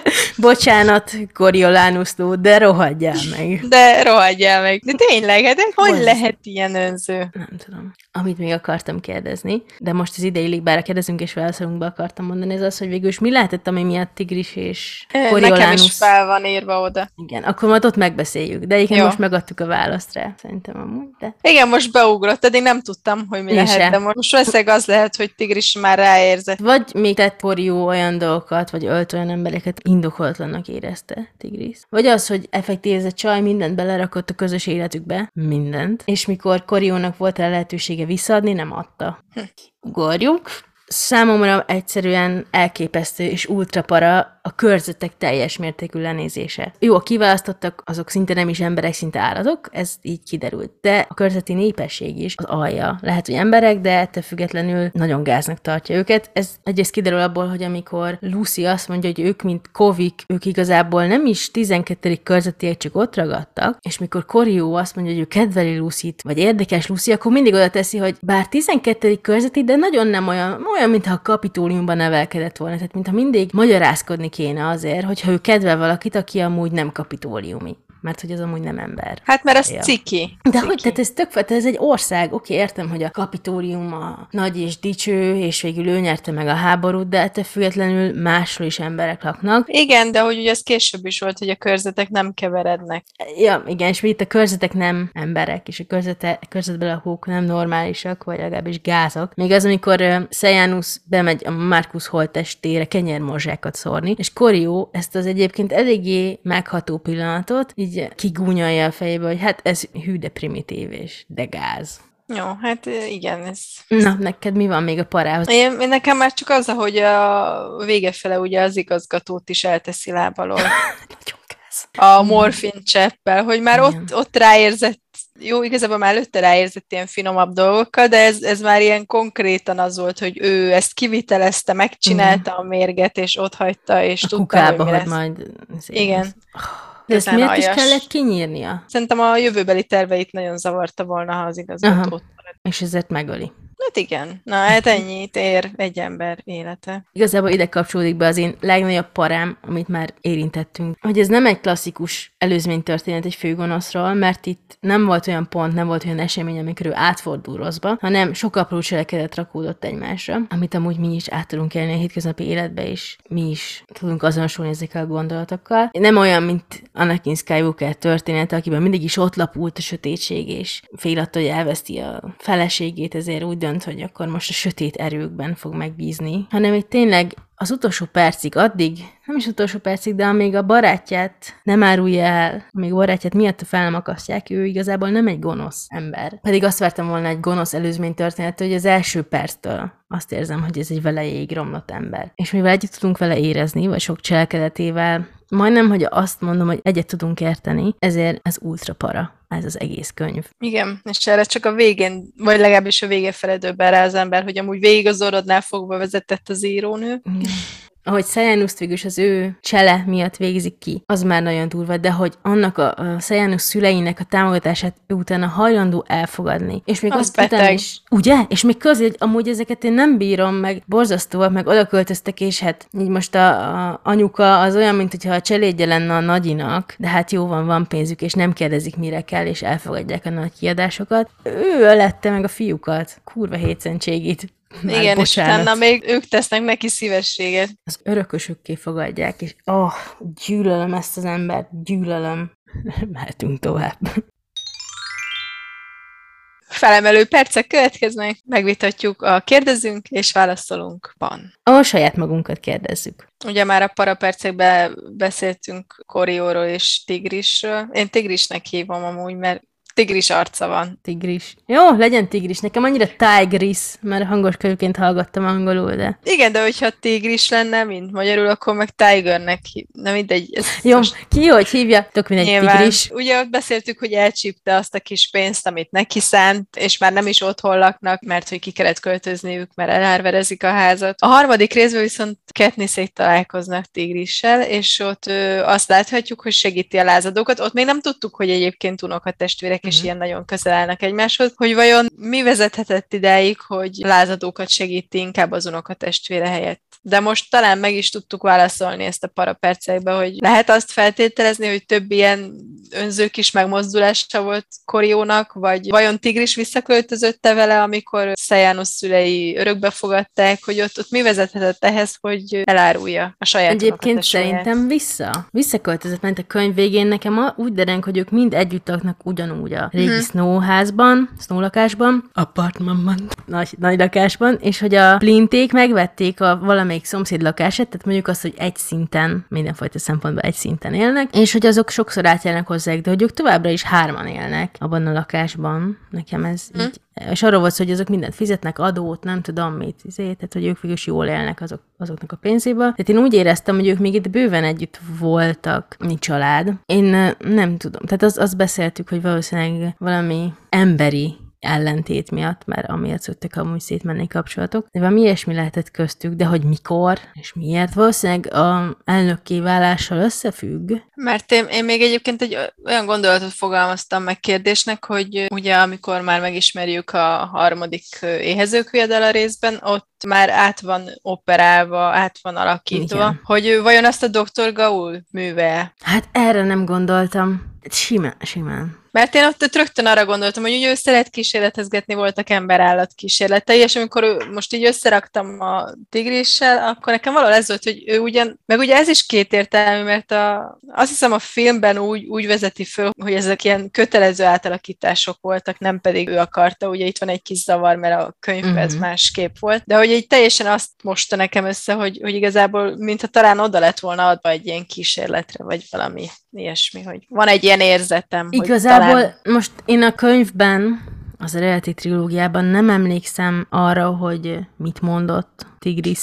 Bocsánat, Coriolanus Snow, de rohadjál meg. De rohadjál meg. De tényleg, de hogy lehet ilyen önző? Nem tudom. Amit még akartam kérdezni, de most az ide illik, bár a kérdezünk és válaszolunkba akartam mondani, ez az, hogy végül is mi lehetett, ami miatt Tigris és Coriolanus... Nekem is fel van írva oda. Igen, akkor majd ott megbeszéljük, de egyébként most megadtuk a választ rá, szerintem amúgy, de... Igen, most beugrott, én nem tudtam, hogy mi lehet, de most valószínűleg az lehet, hogy Tigris már ráérzett. Vagy még tett Korió olyan dolgokat, vagy ölt olyan embereket, indokolatlannak érezte Tigris. Vagy az, hogy effektív ez a csaj mindent belerakott a közös életükbe, mindent, és mikor Koriónak volt el lehetősége visszaadni, nem adta. Ugorjuk. Számomra egyszerűen elképesztő és ultrapara a körzetek teljes mértékű lenézése. Jó, a kiválasztottak, azok szinte nem is emberek, szinte állatok, ez így kiderült. De a körzeti népesség is az alja. Lehet, hogy emberek, de ettől függetlenül nagyon gáznak tartja őket. Ez egyrészt kiderül abból, hogy amikor Lucy azt mondja, hogy ők, mint kovik, ők igazából nem is 12. körzetiek, csak ott ragadtak, és mikor Korió azt mondja, hogy ő kedveli Lucyt, vagy érdekes Lucy, akkor mindig oda teszi, hogy bár 12. körzeti, de nagyon nem olyan, mintha a Kapitóliumban nevelkedett volna. Tehát mintha mindig magyarázkodni kéne azért, hogyha ő kedvel valakit, aki amúgy nem kapitóliumi. Mert hogy az amúgy nem ember. Hát mert ez ciki. De hogy, tehát ez ez egy ország. Oké, értem, hogy a Kapitólium a nagy és dicső, és végül ő nyerte meg a háborút, de ettől függetlenül máshol is emberek laknak. Igen, de hogy ugye ez később is volt, hogy a körzetek nem keverednek. Ja, igen, és itt a körzetek nem emberek, és a körzetben lakók nem normálisak, vagy legalábbis gázok. Még az, amikor Sejanus bemegy a Marcus holttestére kenyérmorzsákat szórni, és Korió ezt az egyébként eléggé megható pillanatot így kigúnyolja a fejébe, hogy hát ez hű, de primitív, és de gáz. Jó, hát igen, ez... Na, neked mi van még a parához? Én nekem már csak az, hogy a vége fele ugye az igazgatót is elteszi lábalól. Nagyon gáz. A morfin cseppel, hogy már ott ráérzett, jó, igazából már előtte ráérzett ilyen finomabb dolgokkal, de ez már ilyen konkrétan az volt, hogy ő ezt kivitelezte, megcsinálta a mérget, és ott hagyta, és a tudta, kukába, hogy mi lesz. Majd... Igen. De ezt miért is kellett kinyírnia? Szerintem a jövőbeli terveit nagyon zavarta volna, ha az igazgató ott marad. És ezért megöli. Hát igen. Na, hát ennyit ér egy ember élete. Igazából ide kapcsolódik be az én legnagyobb parám, amit már érintettünk. Hogy ez nem egy klasszikus előzménytörténet egy főgonoszról, mert itt nem volt olyan pont, nem volt olyan esemény, amikor ő átfordul rosszba, hanem sok apró cselekedet rakódott egymásra, amit amúgy mi is át tudunk élni a hétköznapi életbe, és mi is tudunk azonosulni ezekkel a gondolatokkal. Nem olyan, mint Anakin Skywalker története, akiben mindig is ott lapult a sötétség, és fél attól, hogy elveszti a feleségét, ezért úgy dönt, hogy akkor most a sötét erőkben fog megbízni, hanem itt tényleg az utolsó percig, addig, nem is utolsó percig, de amíg a barátját nem árulja el, amíg a barátját miatt fel nem akasztják, ő igazából nem egy gonosz ember. Pedig azt vártam volna egy gonosz előzménytörténet, hogy az első perctől azt érzem, hogy ez egy velejéig romlott ember. És mivel együtt tudunk vele érezni, vagy sok cselekedetével, majdnem, hogy azt mondom, hogy egyet tudunk érteni, ezért ez ultra para. Ez az egész könyv. Igen, és erre csak a végén, vagy legalábbis a vége fele döbben rá az ember, hogy amúgy végig az orrodnál fogva vezetett az írónő. Igen. Ahogy Sejanus végülis az ő csele miatt végzik ki, az már nagyon durva, de hogy annak a Sejanus szüleinek a támogatását ő utána hajlandó elfogadni. És még azt utána is, ugye? És még közé, hogy amúgy ezeket én nem bírom, meg borzasztóak, meg oda költöztek, és hát így most a anyuka az olyan, mint hogyha a cselédje lenne a nagyinak, de hát jó van pénzük, és nem kérdezik, mire kell, és elfogadják a nagy kiadásokat. Ő ölette meg a fiúkat. Kurva hétszentségét. Igen, és utána még ők tesznek neki szívességet. Az örökösökké fogadják, és gyűlölöm ezt az embert, gyűlölöm. Mehetünk tovább. Felemelő percek következnek, megvitatjuk a kérdezünk és válaszolunkban. A saját magunkat kérdezzük. Ugye már a parapercekben beszéltünk Korióról és Tigrisről. Én Tigrisnek hívom amúgy, mert Tigris arca van. Tigris. Jó, legyen Tigris. Nekem annyira Tigris, mert hangos könyvként hallgattam angolul, de... Igen, de hogyha Tigris lenne, mint magyarul, akkor meg Tigernek nem mindegy. Jó, ki hogy hívja? Tök mindegy, nyilván. Tigris. Ugye ott beszéltük, hogy elcsípte azt a kis pénzt, amit neki szánt, és már nem is otthon laknak, mert hogy ki kellett költözniük, mert elárverezik a házat. A harmadik részben viszont Katnissék találkoznak Tigrissel, és ott azt láthatjuk, hogy segíti a lázadókat. Ott még nem tudtuk, hogy egyébként unokatestvérek élnek, és ilyen nagyon közel állnak egymáshoz, hogy vajon mi vezethetett idáig, hogy lázadókat segíti inkább az unokatestvére helyett. De most talán meg is tudtuk válaszolni ezt a parapercekbe, hogy lehet azt feltételezni, hogy több ilyen önző kis megmozdulása volt Coriónak, vagy vajon Tigris visszaköltözötte vele, amikor Sejanus szülei örökbe fogadták, hogy ott mi vezethetett ehhez, hogy elárulja a saját Egyébként szerintem visszaköltözött, mert a könyv végén nekem úgy dereng, hogy ők mind együtt laknak ugyanúgy a régi Snow házban, Snow lakásban, apartmanban, nagy lakásban, és hogy a Flinték megvették a valamelyik szomszéd lakását, tehát mondjuk azt, hogy egy szinten, mindenfajta szempontból egy szinten élnek, és hogy azok sokszor átjárnak hozzájuk, de hogy ők továbbra is 3 élnek abban a lakásban. Nekem ez így. És arról volt, hogy azok mindent fizetnek, adót, nem tudom mit, tehát hogy ők végülis jól élnek azoknak a pénzéből. Tehát én úgy éreztem, hogy ők még itt bőven együtt voltak, mint család. Én nem tudom. Tehát azt beszéltük, hogy valószínűleg valami emberi ellentét miatt, mert amiatt szoktak amúgy szétmenni kapcsolatok. De valami ilyesmi lehetett köztük, de hogy mikor és miért? Valószínűleg a elnökké válással összefügg. Mert én még egyébként egy olyan gondolatot fogalmaztam meg kérdésnek, hogy ugye amikor már megismerjük a 3. éhezők viadala részben, ott már át van operálva, át van alakítva, igen, hogy vajon azt a Dr. Gaul műve? Hát erre nem gondoltam. Simán. Mert én ott rögtön arra gondoltam, hogy ő szeret kísérletezgetni, voltak ember-állat kísérletei, és amikor most így összeraktam a Tigrissel, akkor nekem valahol ez volt, hogy ő ugyan, meg ugye ez is kétértelmű, mert azt hiszem a filmben úgy vezeti föl, hogy ezek ilyen kötelező átalakítások voltak, nem pedig ő akarta, ugye itt van egy kis zavar, mert a könyvben ez másképp volt, de hogy így teljesen azt mosta nekem össze, hogy igazából mintha talán oda lett volna adva egy ilyen kísérletre, vagy valami ilyesmi, hogy van egy ilyen érzetem, igazából most én a könyvben, az eredeti trilógiában nem emlékszem arra, hogy mit mondott Tigris.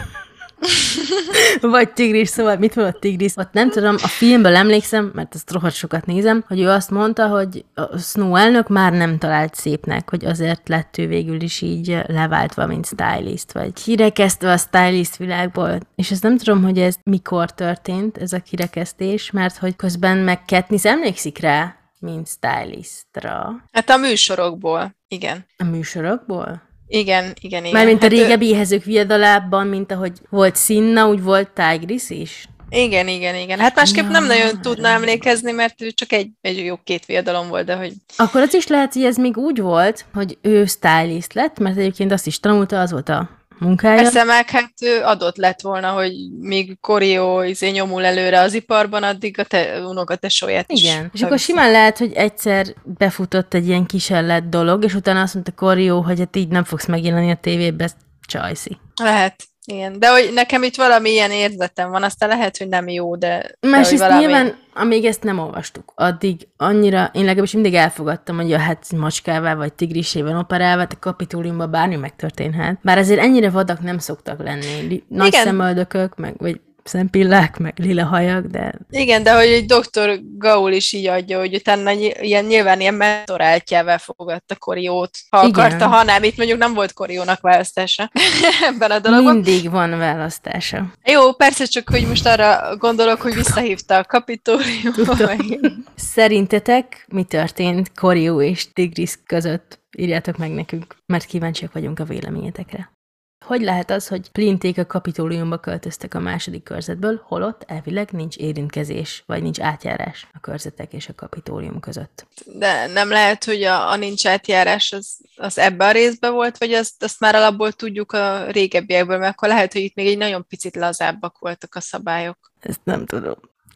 Vagy Tigris, szóval mit mondott Tigris? Ott nem tudom, a filmből emlékszem, mert ezt rohadt sokat nézem, hogy ő azt mondta, hogy a Snow elnök már nem talált szépnek, hogy azért lett ő végül is így leváltva, mint stylist, vagy kirekesztve a stylist világból. És ezt nem tudom, hogy ez mikor történt, ez a kirekesztés, mert hogy közben meg Katniss emlékszik rá, mint stylistra. Hát a műsorokból, igen. A műsorokból? Igen. Mármint a régebbi éhezők viadalában, mint ahogy volt Cinna, úgy volt Tigris is? Igen. Hát másképp nem nagyon tudna emlékezni, mert ő csak egy jó 2 viadalom volt, de hogy... Akkor az is lehet, hogy ez még úgy volt, hogy ő stylist lett, mert egyébként azt is tanulta, az volt a munkája. Persze, meg hát adott lett volna, hogy míg Corió nyomul előre az iparban, addig a unokatesóját is. Igen, és akkor simán lehet, hogy egyszer befutott egy ilyen kísérlet dolog, és utána azt mondta Corió, hogy hát így nem fogsz megjelenni a tévében, ez csajszi. Lehet. Igen, de hogy nekem itt valami ilyen érzetem van, aztán lehet, hogy nem jó, de másrészt valami... nyilván, amíg ezt nem olvastuk, addig annyira, én legalábbis mindig elfogadtam, hogy hát macskával vagy tigrisében operálva, a Kapitoliumban bármi megtörténhet. Bár azért ennyire vadak nem szoktak lenni. Nagy szemöldökök, vagy szempillák, meg lila hajak, de... Igen, de hogy egy Dr. Gaul is így adja, hogy utána nyilván ilyen mentoráltjával fogadta Coriót, ha akarta, ha nem. Itt mondjuk nem volt Coriónak választása ebben a dologban. Mindig van választása. Jó, persze, csak hogy most arra gondolok, hogy visszahívta a Kapitóliumba. Szerintetek mi történt Corió és Tigris között? Írjátok meg nekünk, mert kíváncsiak vagyunk a véleményetekre. Hogy lehet az, hogy Flinték a Kapitóliumba költöztek a 2. körzetből, holott elvileg nincs érintkezés, vagy nincs átjárás a körzetek és a Kapitólium között? De nem lehet, hogy a nincs átjárás az ebben a részben volt, vagy azt már alapból tudjuk a régebbiekből, mert akkor lehet, hogy itt még egy nagyon picit lazábbak voltak a szabályok. Ezt nem tudom.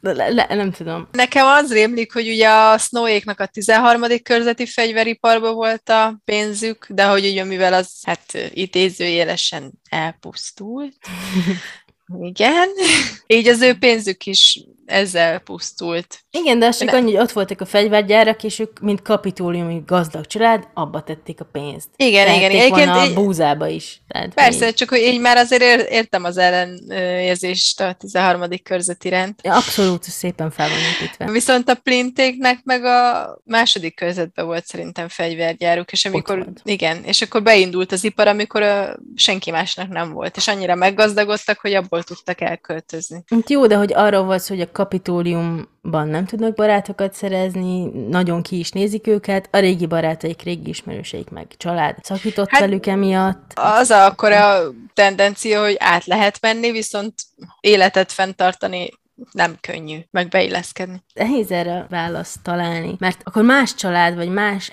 Nem tudom. Nekem az rémlik, hogy ugye a Snowyéknak a 13. körzeti fegyveriparban volt a pénzük, de hogy ugye mivel az hát idézőjelesen elpusztult. Igen. Így az ő pénzük is ezzel pusztult. Igen, de az csak annyi, hogy ott voltak a fegyvergyárak, és ők, mint kapitóliumi gazdag család, abba tették a pénzt. Igen. Egyébként a búzába is. Tehát persze, csak hogy így már azért értem az ellenérzést a 13. körzet iránt. Abszolút szépen fel van építve. Viszont a Flintéknek meg a 2. körzetben volt szerintem fegyvergyáruk, és amikor, igen, és akkor beindult az ipar, amikor senki másnak nem volt, és annyira meggazdagodtak, hogy abból hol tudtak elköltözni. Jó, de hogy arról volt szó, hogy a Kapitóliumban nem tudnak barátokat szerezni, nagyon ki is nézik őket, a régi barátaik, régi ismerőseik meg család szakított velük emiatt. Az akkor a tendencia, hogy át lehet menni, viszont életet fenntartani nem könnyű, meg beilleszkedni. Nehéz erre választ találni, mert akkor más család, vagy más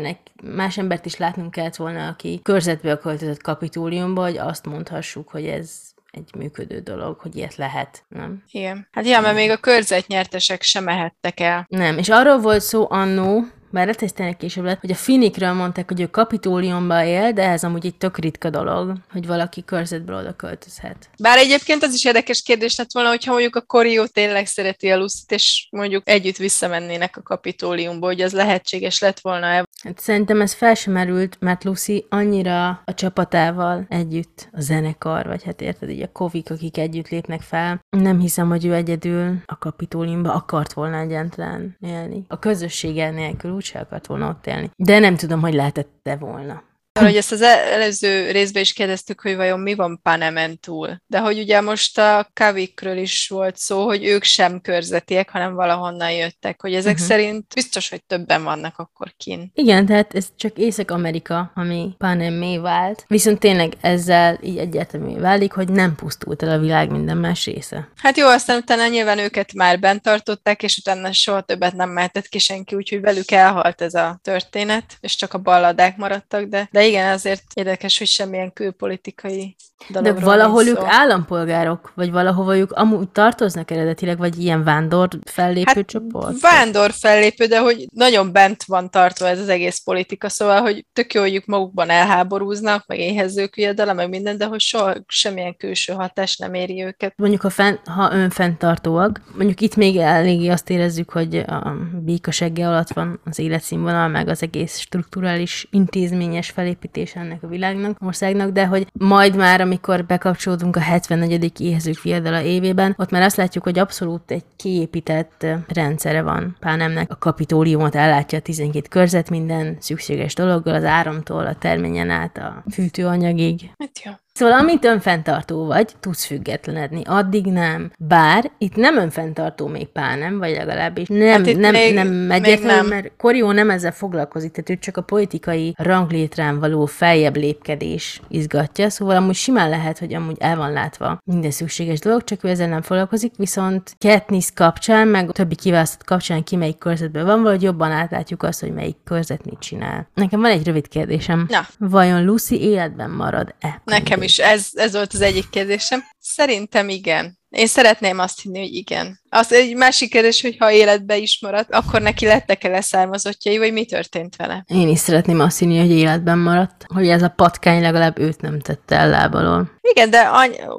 embert is látnunk kellett volna, aki körzetből költözött Kapitóliumba, hogy azt mondhassuk, hogy ez egy működő dolog, hogy ilyet lehet, nem? Igen. Hát ja, mert még a körzetnyertesek sem mehettek el. Nem, és arról volt szó annó, bár letesztelnek később lett, hogy a Finnikről mondták, hogy ő Kapitóliumban él, de ez amúgy egy tök ritka dolog, hogy valaki körzetből oda költözhet. Bár egyébként az is érdekes kérdés lett volna, hogyha mondjuk a Corio tényleg szereti a Lucyt, és mondjuk együtt visszamennének a Kapitóliumba, hogy az lehetséges lett volna-e. Hát szerintem ez fel sem merült, mert Lucy annyira a csapatával együtt, a zenekar, vagy hát érted, így a kovik, akik együtt lépnek fel. Nem hiszem, hogy ő egyedül a Kapitóliumba akart volna egyáltalán élni. A közössége nélkül úgyse akart volna ott élni. De nem tudom, hogy lehetette volna. Hogy ezt az előző részben is kérdeztük, hogy vajon mi van Panemen túl. De hogy ugye most a Kavikről is volt szó, hogy ők sem körzetiek, hanem valahonnan jöttek, hogy ezek szerint biztos, hogy többen vannak akkor kint. Igen, tehát ez csak Észak-Amerika, ami Panemmé vált. Viszont tényleg ezzel így egyértelművé válik, hogy nem pusztult el a világ minden más része. Hát jó, aztán utána nyilván őket már bent tartották, és utána soha többet nem mehetett ki senki, úgyhogy velük elhalt ez a történet, és csak a balladák maradtak, de igen, azért érdekes, hogy semmilyen külpolitikai dologról. De valahol ők állampolgárok, vagy valahova ők amúgy tartoznak eredetileg, vagy ilyen vándor fellépő csoport? Vándor fellépő, de hogy nagyon bent van tartva ez az egész politika, szóval, hogy tök jó, hogy ők magukban elháborúznak, meg éhezők viadala, meg minden, de hogy soha semmilyen külső hatás nem éri őket. Mondjuk, ha önfenntartóak, mondjuk itt még eléggé azt érezzük, hogy a békasegge alatt van az életszínvonal, meg az egész strukturális intézményes felépítés ennek a világnak, országnak, de hogy majd már, amikor bekapcsolódunk a 74. éhezők viadala évében, ott már azt látjuk, hogy abszolút egy kiépített rendszere van Panemnek. A Kapitóliumot ellátja a 12 körzet minden szükséges dologgal, az áramtól, a terményen át, a fűtőanyagig. Hát jó. Szóval amint önfenntartó vagy, tudsz függetlenedni. Addig nem. Bár itt nem önfenntartó még Panem, vagy legalábbis nem egyértelmű, mert Corio nem ezzel foglalkozik, tehát ő csak a politikai ranglétrán való feljebb lépkedés izgatja, szóval amúgy simán lehet, hogy amúgy el van látva minden szükséges dolog, csak ő ezzel nem foglalkozik, viszont Katniss kapcsán, meg a többi kiválasztott kapcsán ki melyik körzetben van, vagy jobban átlátjuk azt, hogy melyik körzet mit csinál. Nekem van egy rövid kérdésem. Na. Vajon Lucy életben marad-e? Nekem is ez volt az egyik kérdésem. Szerintem igen. Én szeretném azt hinni, hogy igen. Az egy másik kérdés, hogy ha életbe is maradt, akkor neki lettek-e leszármazottjai, vagy mi történt vele? Én is szeretném azt hinni, hogy életben maradt, hogy ez a patkány legalább őt nem tette el lábalól. Igen, de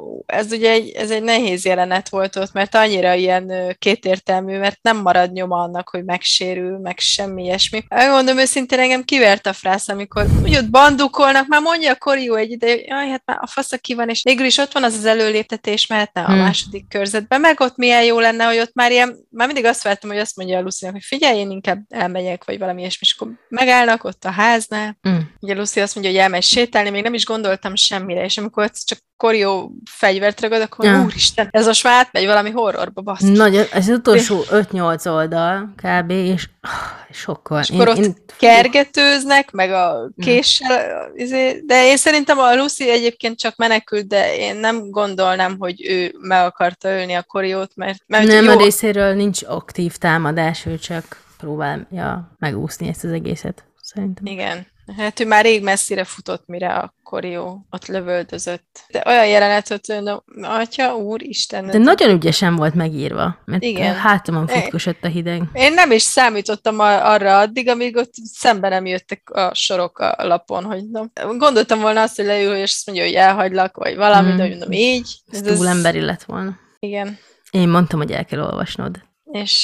ez ugye ez egy nehéz jelenet volt ott, mert annyira ilyen kétértelmű, mert nem marad nyoma annak, hogy megsérül, meg semmi ilyesmi. Mondom őszintén, engem kivert a frász, amikor úgy ott bandukolnak, már mondja a Corio egy ide, hogy jaj, hát már a fasz ki van, és végül is ott van az előléptetés, mehetne a második körzetbe, meg ott milyen jó lenne, hogy ott már mindig azt vártam, hogy azt mondja a Lucynak, hogy figyelj, én inkább elmegyek, vagy valami ilyesmi, és akkor megállnak ott a háznál. Ugye Lucy azt mondja, hogy elmegy sétálni, még nem is gondoltam semmire, és amikor csak Corio fegyvert ragad, akkor úristen, ez most már átmegy valami horrorba, basszus. Nagyon, ez az utolsó 5-8 oldal kb. És sokkal. És akkor ott kergetőznek, meg a késsel, de én szerintem a Lucy egyébként csak menekült, de én nem gondolnám, hogy ő meg akarta ölni a Coriót, mert nem, jó. A részéről nincs aktív támadás, ő csak próbálja megúszni ezt az egészet, szerintem. Igen. Hát ő már rég messzire futott, mire a Corio ott lövöldözött. De olyan jelenet, hogy atya, úristen. De nagyon ügyesen volt megírva, mert igen. Hátamon futkosott a hideg. Én nem is számítottam arra addig, amíg ott szembe nem jöttek a sorok a lapon, hogy gondoltam volna azt, hogy leül, és azt mondja, hogy elhagylak, vagy valami, de mondom, így. Ez túl emberi lett volna. Igen. Én mondtam, hogy el kell olvasnod. És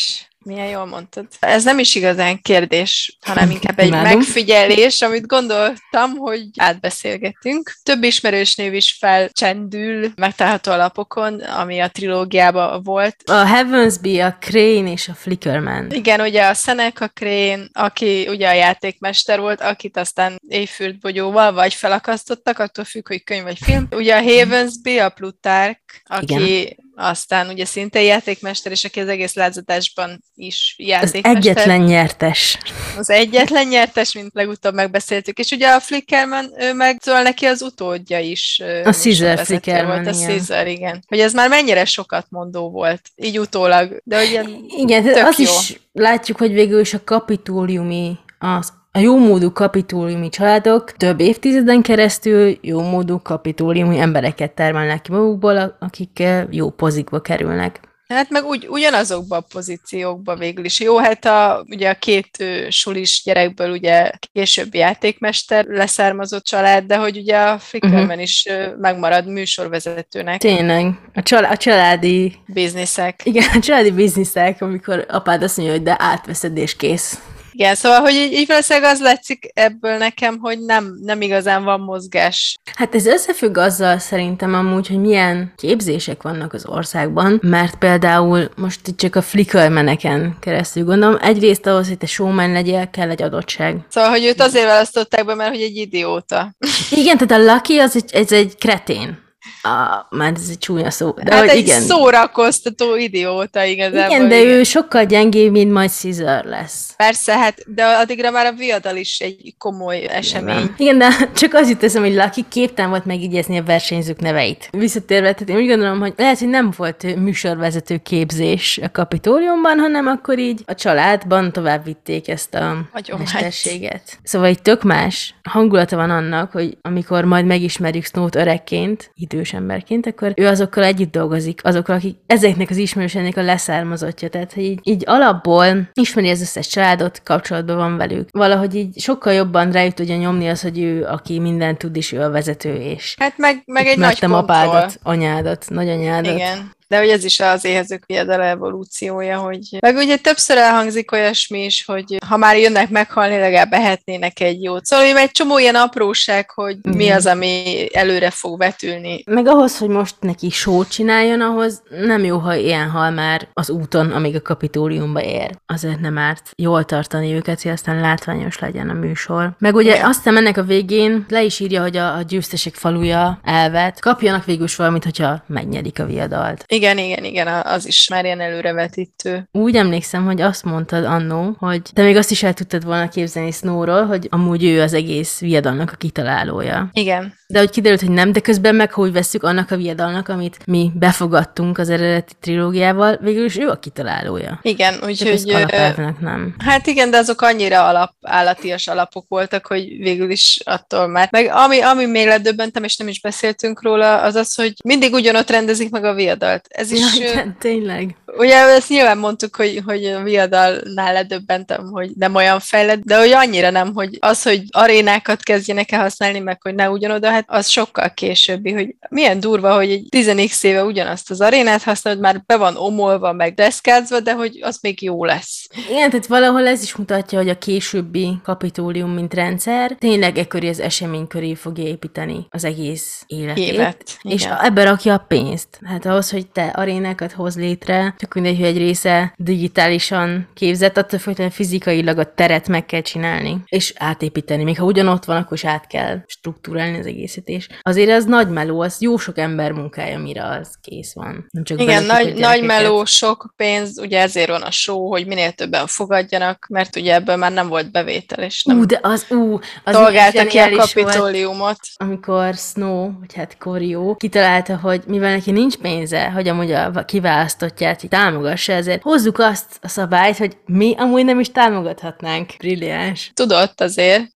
Milyen jól mondtad. Ez nem is igazán kérdés, hanem inkább egy Imádom. megfigyelés, amit gondoltam, hogy átbeszélgetünk. Több ismerős név is felcsendül megtalálható a lapokon, ami a trilógiában volt. A Heavensby, a Crane és a Flickerman. Igen, ugye a Seneca Crane, aki ugye a játékmester volt, akit aztán éjfürdbogyóval vagy felakasztottak, attól függ, hogy könyv vagy film. Ugye a Heavensby, a Plutarch, aki aztán ugye szintén játékmester, és aki az egész lázadásban is Az játékmester. egyetlen nyertes. Az egyetlen nyertes, mint legutóbb megbeszéltük. És ugye a Flickerman, ő meg szóval neki az utódja is. A Caesar műsorvezető Flickerman, volt. A igen. Caesar, igen. Hogy ez már mennyire sokat mondó volt, így utólag. De ugye Igen, tök tehát azt jó. is látjuk, hogy végül is a kapitóliumi, a jómódú kapitóliumi családok több évtizeden keresztül jómódú kapitóliumi embereket termelnek ki magukból, akik jó pozikba kerülnek. Hát meg ugyanazokba a pozíciókba végül is. Jó, hát ugye a két sulis gyerekből ugye később játékmester leszármazott család, de hogy ugye a Flickerman is megmarad műsorvezetőnek. Tényleg, a családi... Bizniszek. Igen, a családi bizniszek, amikor apád azt mondja, hogy de átveszed és kész. Igen, szóval, hogy így valószínűleg az látszik ebből nekem, hogy nem igazán van mozgás. Hát ez összefügg azzal szerintem amúgy, hogy milyen képzések vannak az országban, mert például most itt csak a Flickermaneken keresztül gondolom, egyrészt ahhoz, hogy te showman legyél, kell egy adottság. Szóval, hogy őt azért választották be, mert hogy egy idióta. Igen, tehát a Lucky ez egy kretén. Már ez egy csúnya szó. De hát hogy egy igen. szórakoztató idióta igazából. Igen, de ő sokkal gyengébb, mint majd Caesar lesz. Persze, hát, de addigra már a viadal is egy komoly esemény. Igen, de csak az jut eszem, hogy Lucky képtelen volt megigyezni a versenyzők neveit. Visszatérve, tehát én úgy gondolom, hogy lehet, hogy nem volt műsorvezető képzés a Kapitóliumban, hanem akkor így a családban tovább vitték ezt a mesterséget. Szóval így tök más hangulata van annak, hogy amikor majd megismerjük Snow-t öregként, idős emberként, akkor ő azokkal együtt dolgozik, azokkal, akik ezeknek az ismerőseinek a leszármazottja. Tehát, hogy így alapból ismeri az összes családot, kapcsolatban van velük. Valahogy így sokkal jobban rájuk tudja nyomni az, hogy ő, aki mindent tud, és ő a vezető, és hát meg egy nagy kontroll. apádat, anyádat, nagyanyádat. Igen. De hogy ez is az éhezők viadal evolúciója, hogy... Meg ugye többször elhangzik olyasmi is, hogy ha már jönnek meghalni, legalább ehetnének egy jót. Szóval egy csomó ilyen apróság, hogy mi az, ami előre fog vetülni. Meg ahhoz, hogy most neki show-t csináljon, ahhoz nem jó, ha ilyen hal már az úton, amíg a Kapitóliumba ér. Azért nem árt jól tartani őket, hogy aztán látványos legyen a műsor. Meg ugye aztán ennek a végén le is írja, hogy a győztesek faluja elvet. Kapjanak végül is valamit, hogyha megnyerik a viadalt. Igen, az is már ilyen előrevetítő. Úgy emlékszem, hogy azt mondtad annó, hogy te még azt is el tudtad volna képzelni Snowról, hogy amúgy ő az egész viadalnak a kitalálója. Igen. De hogy kiderült, hogy nem, de közben meg, hogy vesszük annak a viadalnak, amit mi befogadtunk az eredeti trilógiával, végül is ő a kitalálója. Igen, úgyhogy... alapelvnek nem. Hát igen, de azok annyira állatias alapok voltak, hogy végül is attól már. Meg ami még ledöbbentem, és nem is beszéltünk róla, az az, hogy mindig ugyanott rendezik meg a viadalt. Ez is... Ja, igen, tényleg. Ugye ezt nyilván mondtuk, hogy a viadalnál ledöbbentem, hogy nem olyan fejlett, de hogy annyira nem, hogy az, hogy arénákat kezdjenek el használni, meg hogy ne ugyanoda, hát az sokkal későbbi, hogy milyen durva, hogy egy 10x éve ugyanazt az arénát használod, már be van omolva, meg deszkázva, de hogy az még jó lesz. Igen, tehát valahol ez is mutatja, hogy a későbbi Kapitólium, mint rendszer, tényleg ekkori az esemény köré fogja építeni az egész életét. És ebbe rakja a pénzt. Hát ahhoz, hogy te arénákat hoz létre, csak mindegy, hogy egy része digitálisan képzett, attól függően fizikailag a teret meg kell csinálni, és átépíteni. Még ha ugyanott van, akkor is át kell struktúrálni az egészet, és azért ez nagy meló, az jó sok ember munkája, mire az kész van. Nem csak igen, nagy meló, sok pénz, ugye ezért van a show, hogy minél többen fogadjanak, mert ugye ebből már nem volt bevétel, és nem de az szolgálta ki a Kapitóliumot. Amikor Snow, vagy hát Corio kitalálta, hogy mivel neki nincs pénze, hogy amúgy a kiválasztottját támogassa, ezért hozzuk azt a szabályt, hogy mi amúgy nem is támogathatnánk. Brilliáns. Tudott azért.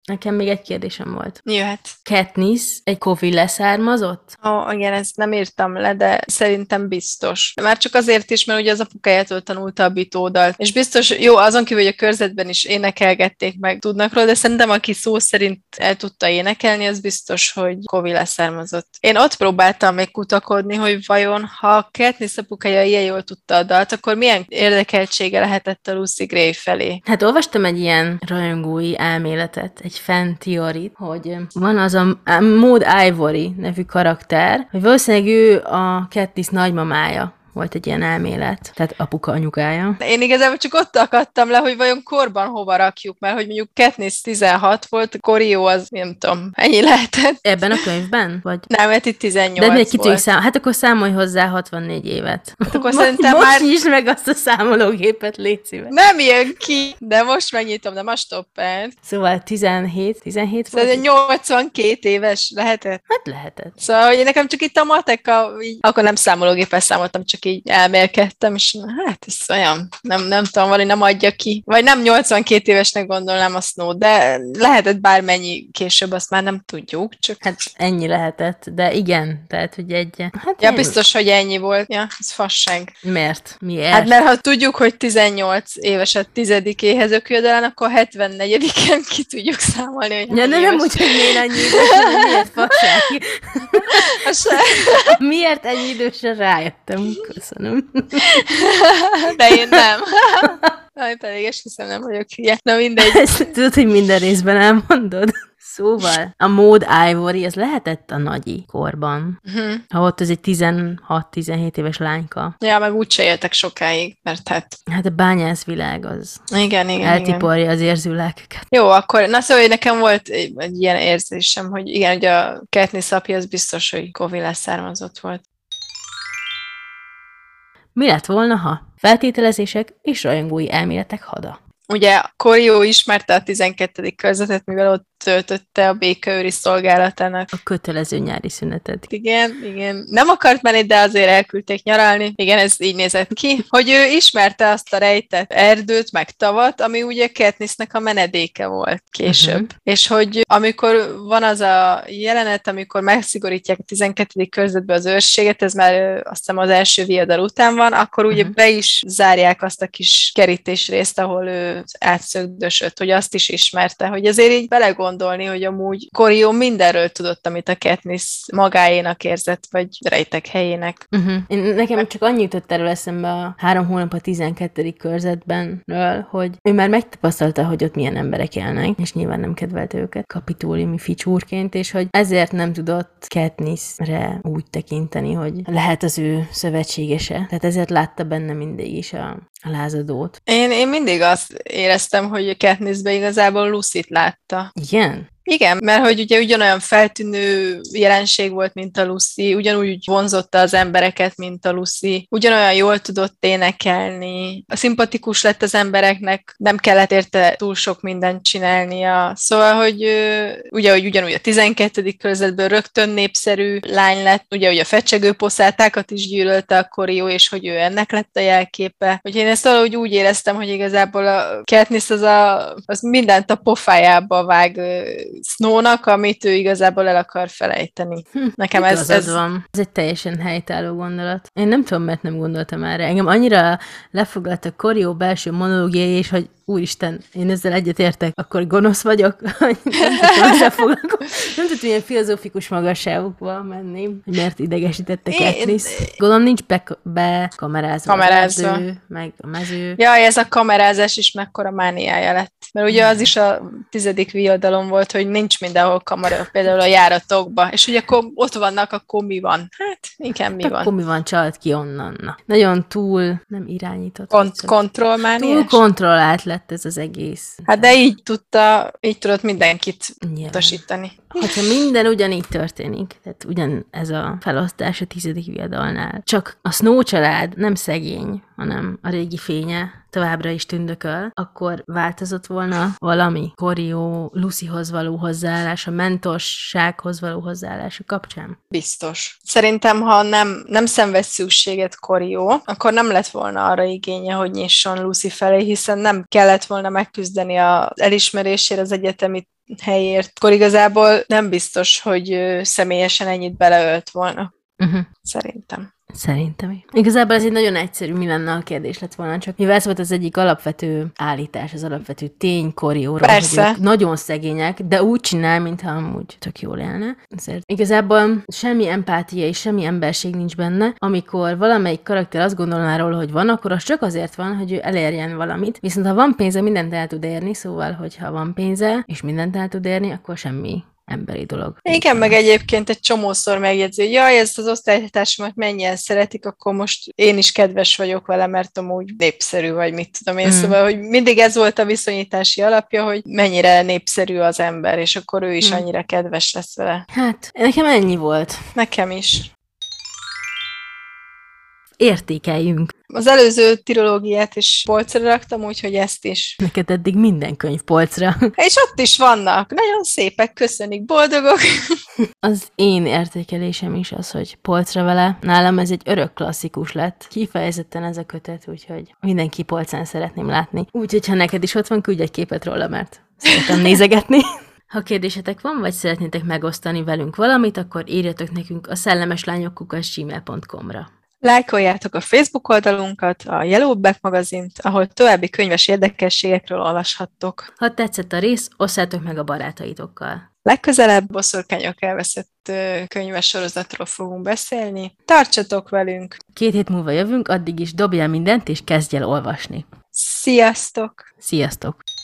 Nekem még egy kérdésem volt. Jöhet. Katniss egy Covi leszármazott? Igen, ezt nem írtam le, de szerintem biztos. Már csak azért is, mert ugye az apukájától tanulta a bitódalt. És biztos, jó, azon kívül, hogy a körzetben is énekelgették meg, tudnak róla, de szerintem aki szó szerint el tudta énekelni, az biztos, hogy Covi leszármazott. Én ott próbáltam még kutakodni, hogy vajon, ha a Katniss apukája ilyen jól tudta a dalt, akkor milyen érdekeltsége lehetett a Lucy Gray felé. Hát olvastam egy ilyen rajongói elméletet, egy fan theory, hogy van az a Maud Ivory nevű karakter, hogy valószínűleg ő a Katniss nagymamája. Volt egy ilyen elmélet, tehát apuka anyukája. Én igazából csak ott akadtam le, hogy vajon korban hova rakjuk, mert hogy mondjuk Katniss 16 volt, Corio az, nem tudom, ennyi lehetett. Ebben a könyvben? Vagy? Nem, mert itt 18 de egy volt. Hát akkor számolj hozzá 64 évet. Hát akkor szerintem most már... nyisd meg azt a számológépet, légy szíves. Nem jön ki, de most megnyitom, de most stoppelt. Szóval 17 volt? Szóval 82 éves lehetett? Hát lehetett. Szóval, hogy nekem csak itt a mateka, így, akkor nem számológéppel számoltam, csak így elmélkedtem, és hát ez olyan, nem tudom, valahogy nem adja ki. Vagy nem 82 évesnek gondolnám a Snow, de lehetett bármennyi később, azt már nem tudjuk, csak... Hát ennyi lehetett, de igen, tehát, hogy egy... Hát ja, biztos, hogy ennyi volt. Ja, ez fasság. Miért? Miért? Hát mert ha tudjuk, hogy 18 éves a 10-éhez ökjödelen, akkor 74-en ki tudjuk számolni, hogy ja, de nem úgy, hogy miért ennyi idős, miért fasság? Miért ennyi idősre rájöttem? Köszönöm. De én nem. Pedig esküszöm, nem vagyok hülye. Na mindegy. Ezt tudod, hogy minden részben elmondod? Szóval a Maud Ivory, az lehetett a nagyi korban. Ha ott az egy 16-17 éves lányka. Ja, meg úgyse éltek sokáig, mert hát... Hát a bányászvilág az igen, eltiporja az érzőlelkeket. Jó, akkor, na szóval nekem volt egy ilyen érzésem, hogy igen, hogy a Katniss apja az biztos, hogy Covi leszármazott volt. Mi lett volna, ha? Feltételezések és rajongói elméletek hada. Ugye Corio ismerte a 12. körzetet, mivel ott töltötte a békaőri szolgálatának. A kötelező nyári szünetet. Igen. Nem akart menni, de azért elküldték nyaralni. Igen, ez így nézett ki, hogy ő ismerte azt a rejtett erdőt, meg tavat, ami ugye Katnissnek a menedéke volt később. És hogy amikor van az a jelenet, amikor megszigorítják a 12. körzetbe az őrséget, ez már azt hiszem az első viadal után van, akkor ugye be is zárják azt a kis kerítésrészt, ahol ő átszögdösött, hogy azt is ismerte, hogy azért így belegondolni, hogy amúgy Corio mindenről tudott, amit a Katniss magáénak érzett, vagy rejtek helyének. Nekem csak annyi jutott erről eszembe a 3 hónap a 12. körzetben, hogy ő már megtapasztalta, hogy ott milyen emberek élnek, és nyilván nem kedvelte őket kapitóliumi ficsúrként, és hogy ezért nem tudott Katnissre úgy tekinteni, hogy lehet az ő szövetségese. Tehát ezért látta benne mindig is a lázadót. Én mindig azt éreztem, hogy Katnissbe igazából Lucyt látta. Igen? Igen, mert hogy ugye ugyanolyan feltűnő jelenség volt, mint a Lucy, ugyanúgy vonzotta az embereket, mint a Lucy, ugyanolyan jól tudott énekelni, szimpatikus lett az embereknek, nem kellett érte túl sok mindent csinálnia. Szóval, hogy ugye, hogy ugyanúgy a 12. körzetből rögtön népszerű lány lett, ugye, hogy a fecsegő poszátákat is gyűlölte a Corio, és hogy ő ennek lett a jelképe. Úgyhogy én ezt valahogy úgy éreztem, hogy igazából a Katniss az mindent a pofájába vág Snownak, amit ő igazából el akar felejteni. Nekem ez van. Ez egy teljesen helytálló gondolat. Én nem tudom, mert nem gondoltam erre. Engem annyira lefoglalt a Corio belső monológiai, és hogy úristen, én ezzel egyetértek, akkor gonosz vagyok, hogy nem tudtam ilyen filozófikus magasságokba menni, hogy miért idegesítette Katniss. Gondolom nincs bekamerázva. Meg a mező. Jaj, ez a kamerázás is mekkora mániája lett. Mert ugye az is a 10. viadalon volt, hogy nincs mindenhol kamera, például a járatokban, és ugye akkor ott vannak, akkor mi van? Hát, igen, mi van? Akkor mi van, csalt ki onnan. Na. Nagyon túl nem irányított. Kontrollmániás? Túl kontrollált lett ez az egész. Hát de így tudott mindenkit utasítani. Hogyha minden ugyanígy történik, tehát ugyan ez a felosztás a 10. viadalnál, csak a Snow család nem szegény, hanem a régi fénye továbbra is tündököl, akkor változott volna valami Corio Lucyhoz való hozzáállás, a mentorsághoz való hozzáállása kapcsán? Biztos. Szerintem, ha nem szenved szükséget Corio, akkor nem lett volna arra igénye, hogy nyisson Lucy felé, hiszen nem kellett volna megküzdeni az elismerésért az egyetemi helyért. Akkor igazából nem biztos, hogy személyesen ennyit beleölt volna. Szerintem. Szerintem is. Igazából ez egy nagyon egyszerű, mi lenne a kérdés lett volna, csak mivel ez volt az egyik alapvető állítás, az alapvető tény Korióról, hogy ők nagyon szegények, de úgy csinál, mintha amúgy tök jól élne. Ezért igazából semmi empátia és semmi emberség nincs benne. Amikor valamelyik karakter azt gondolná róla, hogy van, akkor az csak azért van, hogy ő elérjen valamit. Viszont ha van pénze, mindent el tud érni, szóval, hogyha van pénze, és mindent el tud érni, akkor semmi emberi dolog. Igen, meg egyébként egy csomószor megjegyzi, hogy jaj, ezt az osztálytársamat mennyien szeretik, akkor most én is kedves vagyok vele, mert amúgy népszerű, vagy mit tudom én. Szóval, hogy mindig ez volt a viszonyítási alapja, hogy mennyire népszerű az ember, és akkor ő is annyira kedves lesz vele. Hát, nekem ennyi volt. Nekem is. Értékeljünk. Az előző trilógiát is polcra raktam, úgyhogy ezt is. Neked eddig minden könyv polcra. És ott is vannak. Nagyon szépek, köszönik, boldogok. Az én értékelésem is az, hogy polcra vele. Nálam ez egy örök klasszikus lett. Kifejezetten ez a kötet, úgyhogy mindenki polcán szeretném látni. Úgyhogy ha neked is ott van, küldj egy képet róla, mert szeretem nézegetni. Ha kérdésetek van, vagy szeretnétek megosztani velünk valamit, akkor írjatok nekünk a szellemeslányok@gmail.com-ra. Lájkoljátok a Facebook oldalunkat, a Yellowback magazint, ahol további könyves érdekességekről olvashattok. Ha tetszett a rész, osszátok meg a barátaitokkal. Legközelebb boszorkányok elveszett könyves sorozatról fogunk beszélni. Tartsatok velünk! 2 hét múlva jövünk, addig is dobjál mindent, és kezdj el olvasni. Sziasztok! Sziasztok!